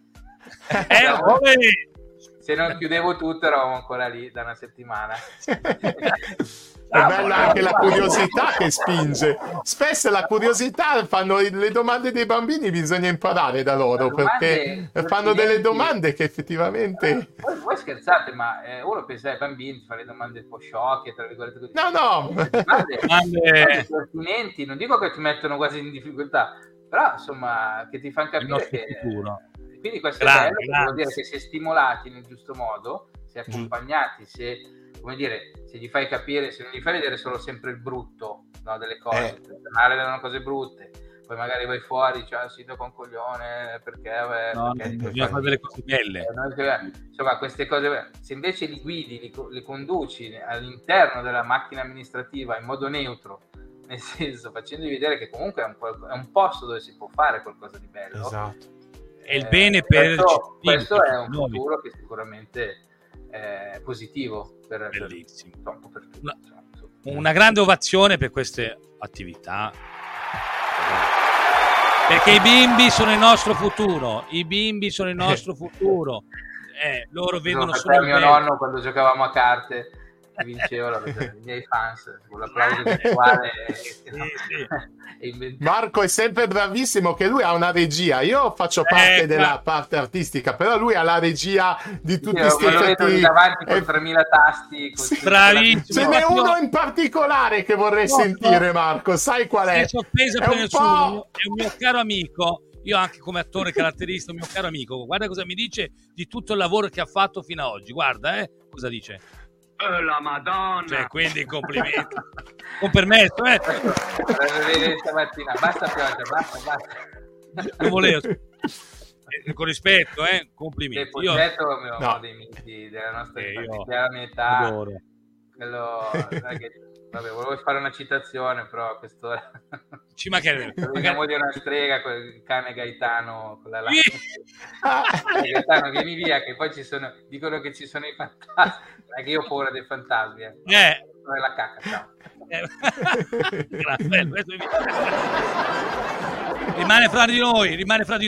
Se non chiudevo tutto, eravamo ancora lì da una settimana. È bella anche la curiosità che spinge. Spesso la curiosità, fanno le domande dei bambini, bisogna imparare da loro, perché fanno delle domande che effettivamente... Voi scherzate, ma uno pensa ai bambini, fa le domande un po' sciocche, tra virgolette così. No. Domande pertinenti, non dico che ti mettono quasi in difficoltà, però insomma che ti fanno capire che futuro. Quindi questo è bello, vuol dire che se stimolati nel giusto modo, se accompagnati, se come dire, se gli fai capire, se non gli fai vedere solo sempre il brutto, no, delle cose, parlare delle cose brutte, poi magari vai fuori, dici il sindaco è un coglione, perché bisogna fare delle cose belle. Insomma, queste cose, se invece li guidi, li conduci all'interno della macchina amministrativa in modo neutro, nel senso facendogli vedere che comunque è un posto dove si può fare qualcosa di bello. Esatto. È il bene per questo è un futuro che sicuramente è positivo per bellissimo. Per tutti, una grande ovazione per queste attività, perché i bimbi sono il nostro futuro, loro vedono solo il mio nonno quando giocavamo a carte vinceva i miei fans con l'applauso virtuale. Marco è sempre bravissimo, che lui ha una regia, io faccio parte della parte artistica, però lui ha la regia di tutti questi effetti davanti con 3000 tasti, bravissimo. Ce n'è uno in particolare che vorrei sentire, Marco, sai qual è? È un mio caro amico. Io anche come attore caratteristico, un mio caro amico, guarda cosa mi dice di tutto il lavoro che ha fatto fino ad oggi, guarda cosa dice. La Madonna, cioè, quindi complimenti. Con permesso, stamattina basta pioggia, basta. Non volevo, con rispetto, complimenti. Il progetto è uno dei miti della nostra età. Vabbè, volevo fare una citazione, però a quest'ora ci mancherebbe. Vediamo di una strega con il cane Gaetano con la Gaetano, vieni via, che poi dicono che ci sono i fantasmi. Non è che io ho paura dei fantasmi, non è la cacca, ciao. Grazie, rimane fra di noi.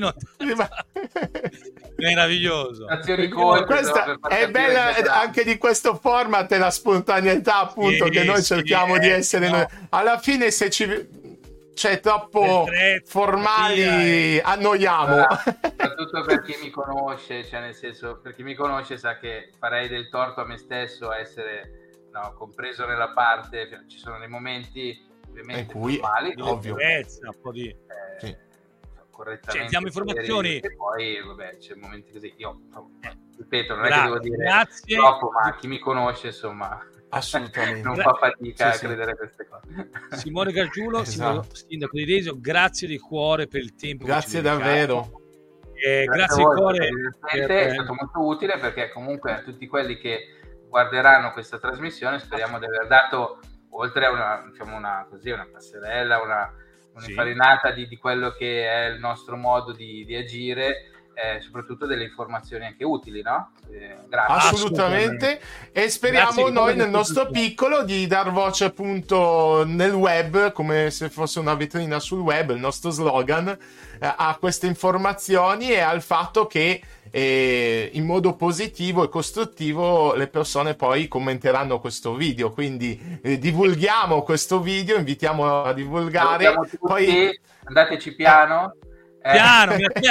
Meraviglioso. È bella anche di questo format, la spontaneità, appunto, che noi cerchiamo di essere noi. Alla fine, se c'è troppo formali, annoiamo. Soprattutto per chi mi conosce, cioè nel senso, per chi mi conosce sa che farei del torto a me stesso a essere compreso nella parte. Ci sono dei momenti ovviamente in cui formali, ovvio, un po' di correttamente, diamo informazioni, e poi vabbè c'è momenti così. Io ripeto, non è che devo dire troppo, ma chi mi conosce insomma assolutamente non fa fatica a credere a queste cose. Simone Gargiulo, sindaco di Desio, grazie di cuore per il tempo, grazie davvero, grazie di cuore, è stato molto utile, perché comunque a tutti quelli che guarderanno questa trasmissione speriamo di aver dato, oltre a una passerella, un'infarinata di quello che è il nostro modo di agire, soprattutto delle informazioni anche utili, no? Grazie. Assolutamente. E speriamo noi nel nostro piccolo di dar voce appunto nel web, come se fosse una vetrina sul web, il nostro slogan, a queste informazioni e al fatto che in modo positivo e costruttivo le persone poi commenteranno questo video, quindi divulghiamo questo video, invitiamo a divulgare, poi andateci piano piano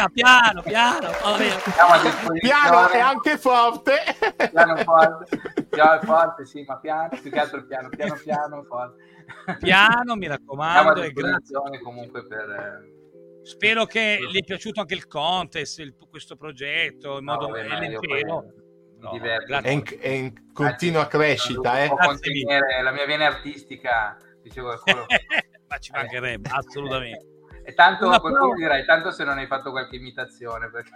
e anche forte, forte sì, ma piano, più che altro piano forte, mi raccomando, e grazie comunque per spero che gli è piaciuto anche il contest, questo progetto, in modo leggero. È in continua crescita. La mia vena artistica, dicevo, ma ci mancherebbe, assolutamente. E tanto qualcuno dirà, tanto se non hai fatto qualche imitazione, perché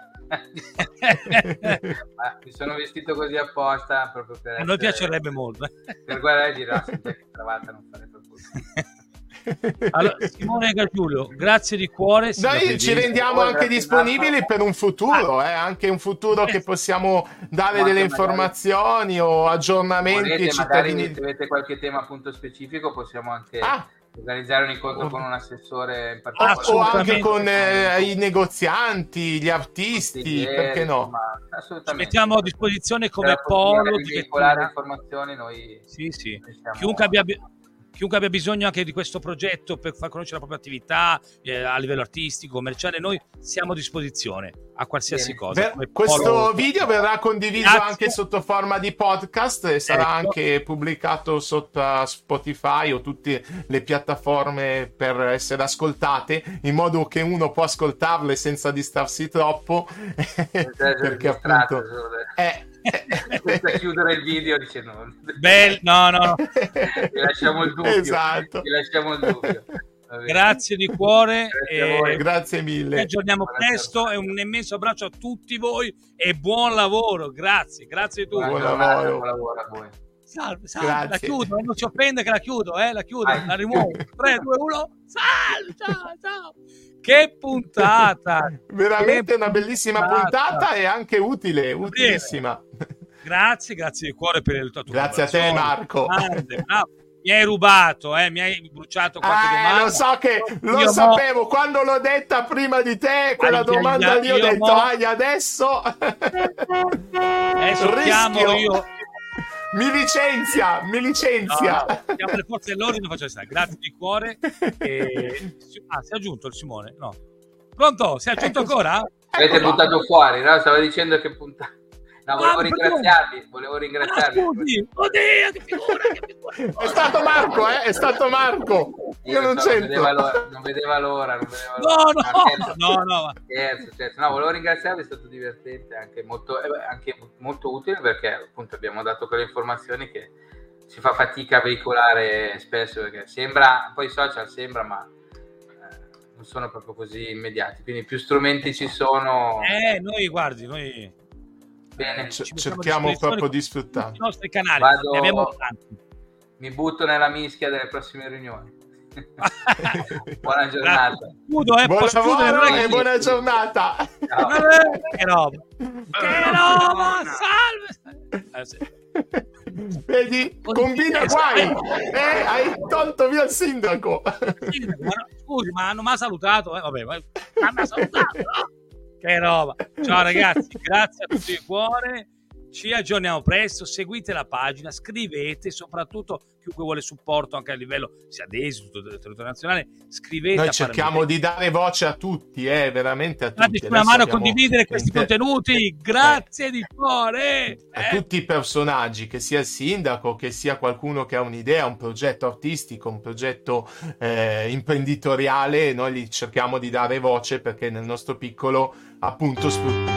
mi sono vestito così apposta proprio per a noi piacerebbe molto. Per guardare e dire, che cravatta non fare per questo. Allora, Simone Gargiulo, grazie di cuore. Noi ci rendiamo anche disponibili per un futuro, anche un futuro che possiamo dare delle informazioni o aggiornamenti ai cittadini. Magari se avete qualche tema appunto specifico possiamo anche organizzare un incontro con un assessore in particolare, o anche con i negozianti, gli artisti, perché no? Ci mettiamo a disposizione come polo di veicolare informazioni. Noi sì. chiunque abbia bisogno anche di questo progetto per far conoscere la propria attività a livello artistico, commerciale, noi siamo a disposizione a qualsiasi cosa. Questo video verrà condiviso anche sotto forma di podcast e sarà anche pubblicato sotto Spotify o tutte le piattaforme per essere ascoltate, in modo che uno può ascoltarle senza distarsi troppo, perché appunto senza chiudere il video dicendo no. Ti lasciamo il dubbio. Esatto. Ti lasciamo il dubbio. Grazie di cuore. Grazie mille. Ci aggiorniamo presto e un immenso abbraccio a tutti voi e buon lavoro. Grazie di tutto. Buon lavoro a voi. Salve. Grazie. La chiudo, non ci offende che la chiudo, la rimuovo. 3, 2, 1. Salve, ciao. Che puntata! Veramente una bellissima puntata e anche utilissima. Grazie di cuore per il tuo Grazie a te, Marco. Bravo. Mi hai rubato, mi hai bruciato qualche domanda. Lo so che lo sapevo quando l'ho detta prima di te, quella domanda lì ho detto, adesso chiamo io. Mi licenzia. No. Chiamo le forze dell'ordine, faccio stare. Grazie di cuore. Si è aggiunto il Simone? No. Pronto? Si è aggiunto ancora? Avete buttato fuori, no? Stavo dicendo che puntata. No, volevo ringraziarvi. Oddio, che figura. È stato Marco. Io non c'entro. Non vedeva l'ora. No. Scherzo. No, volevo ringraziarvi, è stato divertente, anche molto utile, perché appunto abbiamo dato quelle informazioni che si fa fatica a veicolare spesso, perché sembra, poi i social sembra, ma non sono proprio così immediati, quindi più strumenti ci sono. Noi bene, cerchiamo proprio di sfruttare i nostri canali. Ne abbiamo tanti. Mi butto nella mischia delle prossime riunioni. Buona giornata. Buon lavoro e buona giornata. Che roba, salve. Vedi, combina guai. Hai tolto via il sindaco. Scusi, ma non mi ha salutato. Vabbè, ma mi ha salutato, no? Che roba. Ciao ragazzi, grazie a tutti di cuore. Ci aggiorniamo presto, seguite la pagina, scrivete, soprattutto chiunque vuole supporto anche a livello sia DESI, tutto il territorio nazionale, scrivete. Noi cerchiamo di dare voce a tutti, veramente a tutti. Dateci una mano a condividere questi contenuti, grazie di cuore. A tutti i personaggi, che sia il sindaco, che sia qualcuno che ha un'idea, un progetto artistico, un progetto imprenditoriale, noi li cerchiamo di dare voce, perché nel nostro piccolo appunto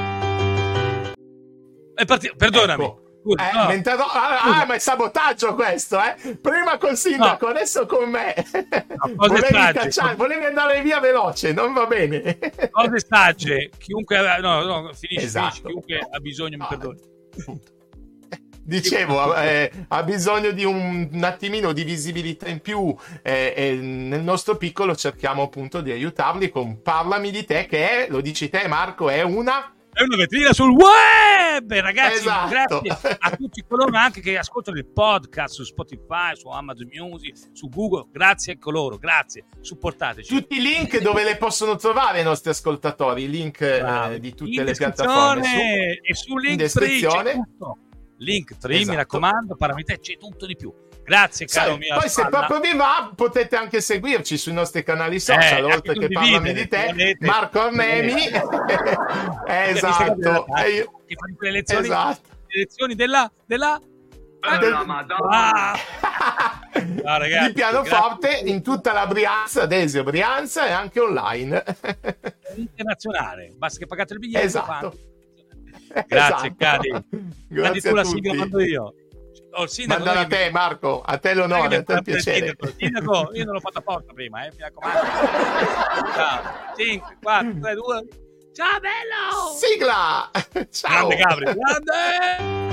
perdonami. Ecco. Ma è sabotaggio questo, prima col sindaco, adesso con me. Volevi andare via veloce, non va bene. Cose sagge, chiunque finisce, chiunque ha bisogno mi perdoni. Dicevo, ha bisogno di un attimino di visibilità in più, e nel nostro piccolo cerchiamo appunto di aiutarli con Parlami di te, che lo dici te, Marco, è una vetrina sul web, ragazzi. Esatto. Grazie a tutti coloro anche che ascoltano il podcast su Spotify, su Amazon Music, su Google. Grazie a coloro, grazie, supportateci. Tutti i link dove le possono trovare i nostri ascoltatori, i link di tutte le piattaforme e su Linktree, mi raccomando, Paramite, c'è tutto di più. Grazie, caro mio. Poi se proprio vi va, potete anche seguirci sui nostri canali social, oltre che Parlami di te, Marco Arnemi. Esatto. Che fa le lezioni, le lezioni della Madonna. Ragazzi, di pianoforte in tutta la Brianza, Desio Brianza, e anche online. Internazionale, basta che pagate il biglietto. Esatto. Grazie, cari. Grazie a la tutti. sigla mando io. Mandala a te, Marco, a te l'onore, a te il piacere. Sindaco, io non l'ho fatto apposta prima, mi raccomando. Ciao. 5, 4, 3, 2. Ciao bello! Sigla! Ciao! Grande Gabri, grande!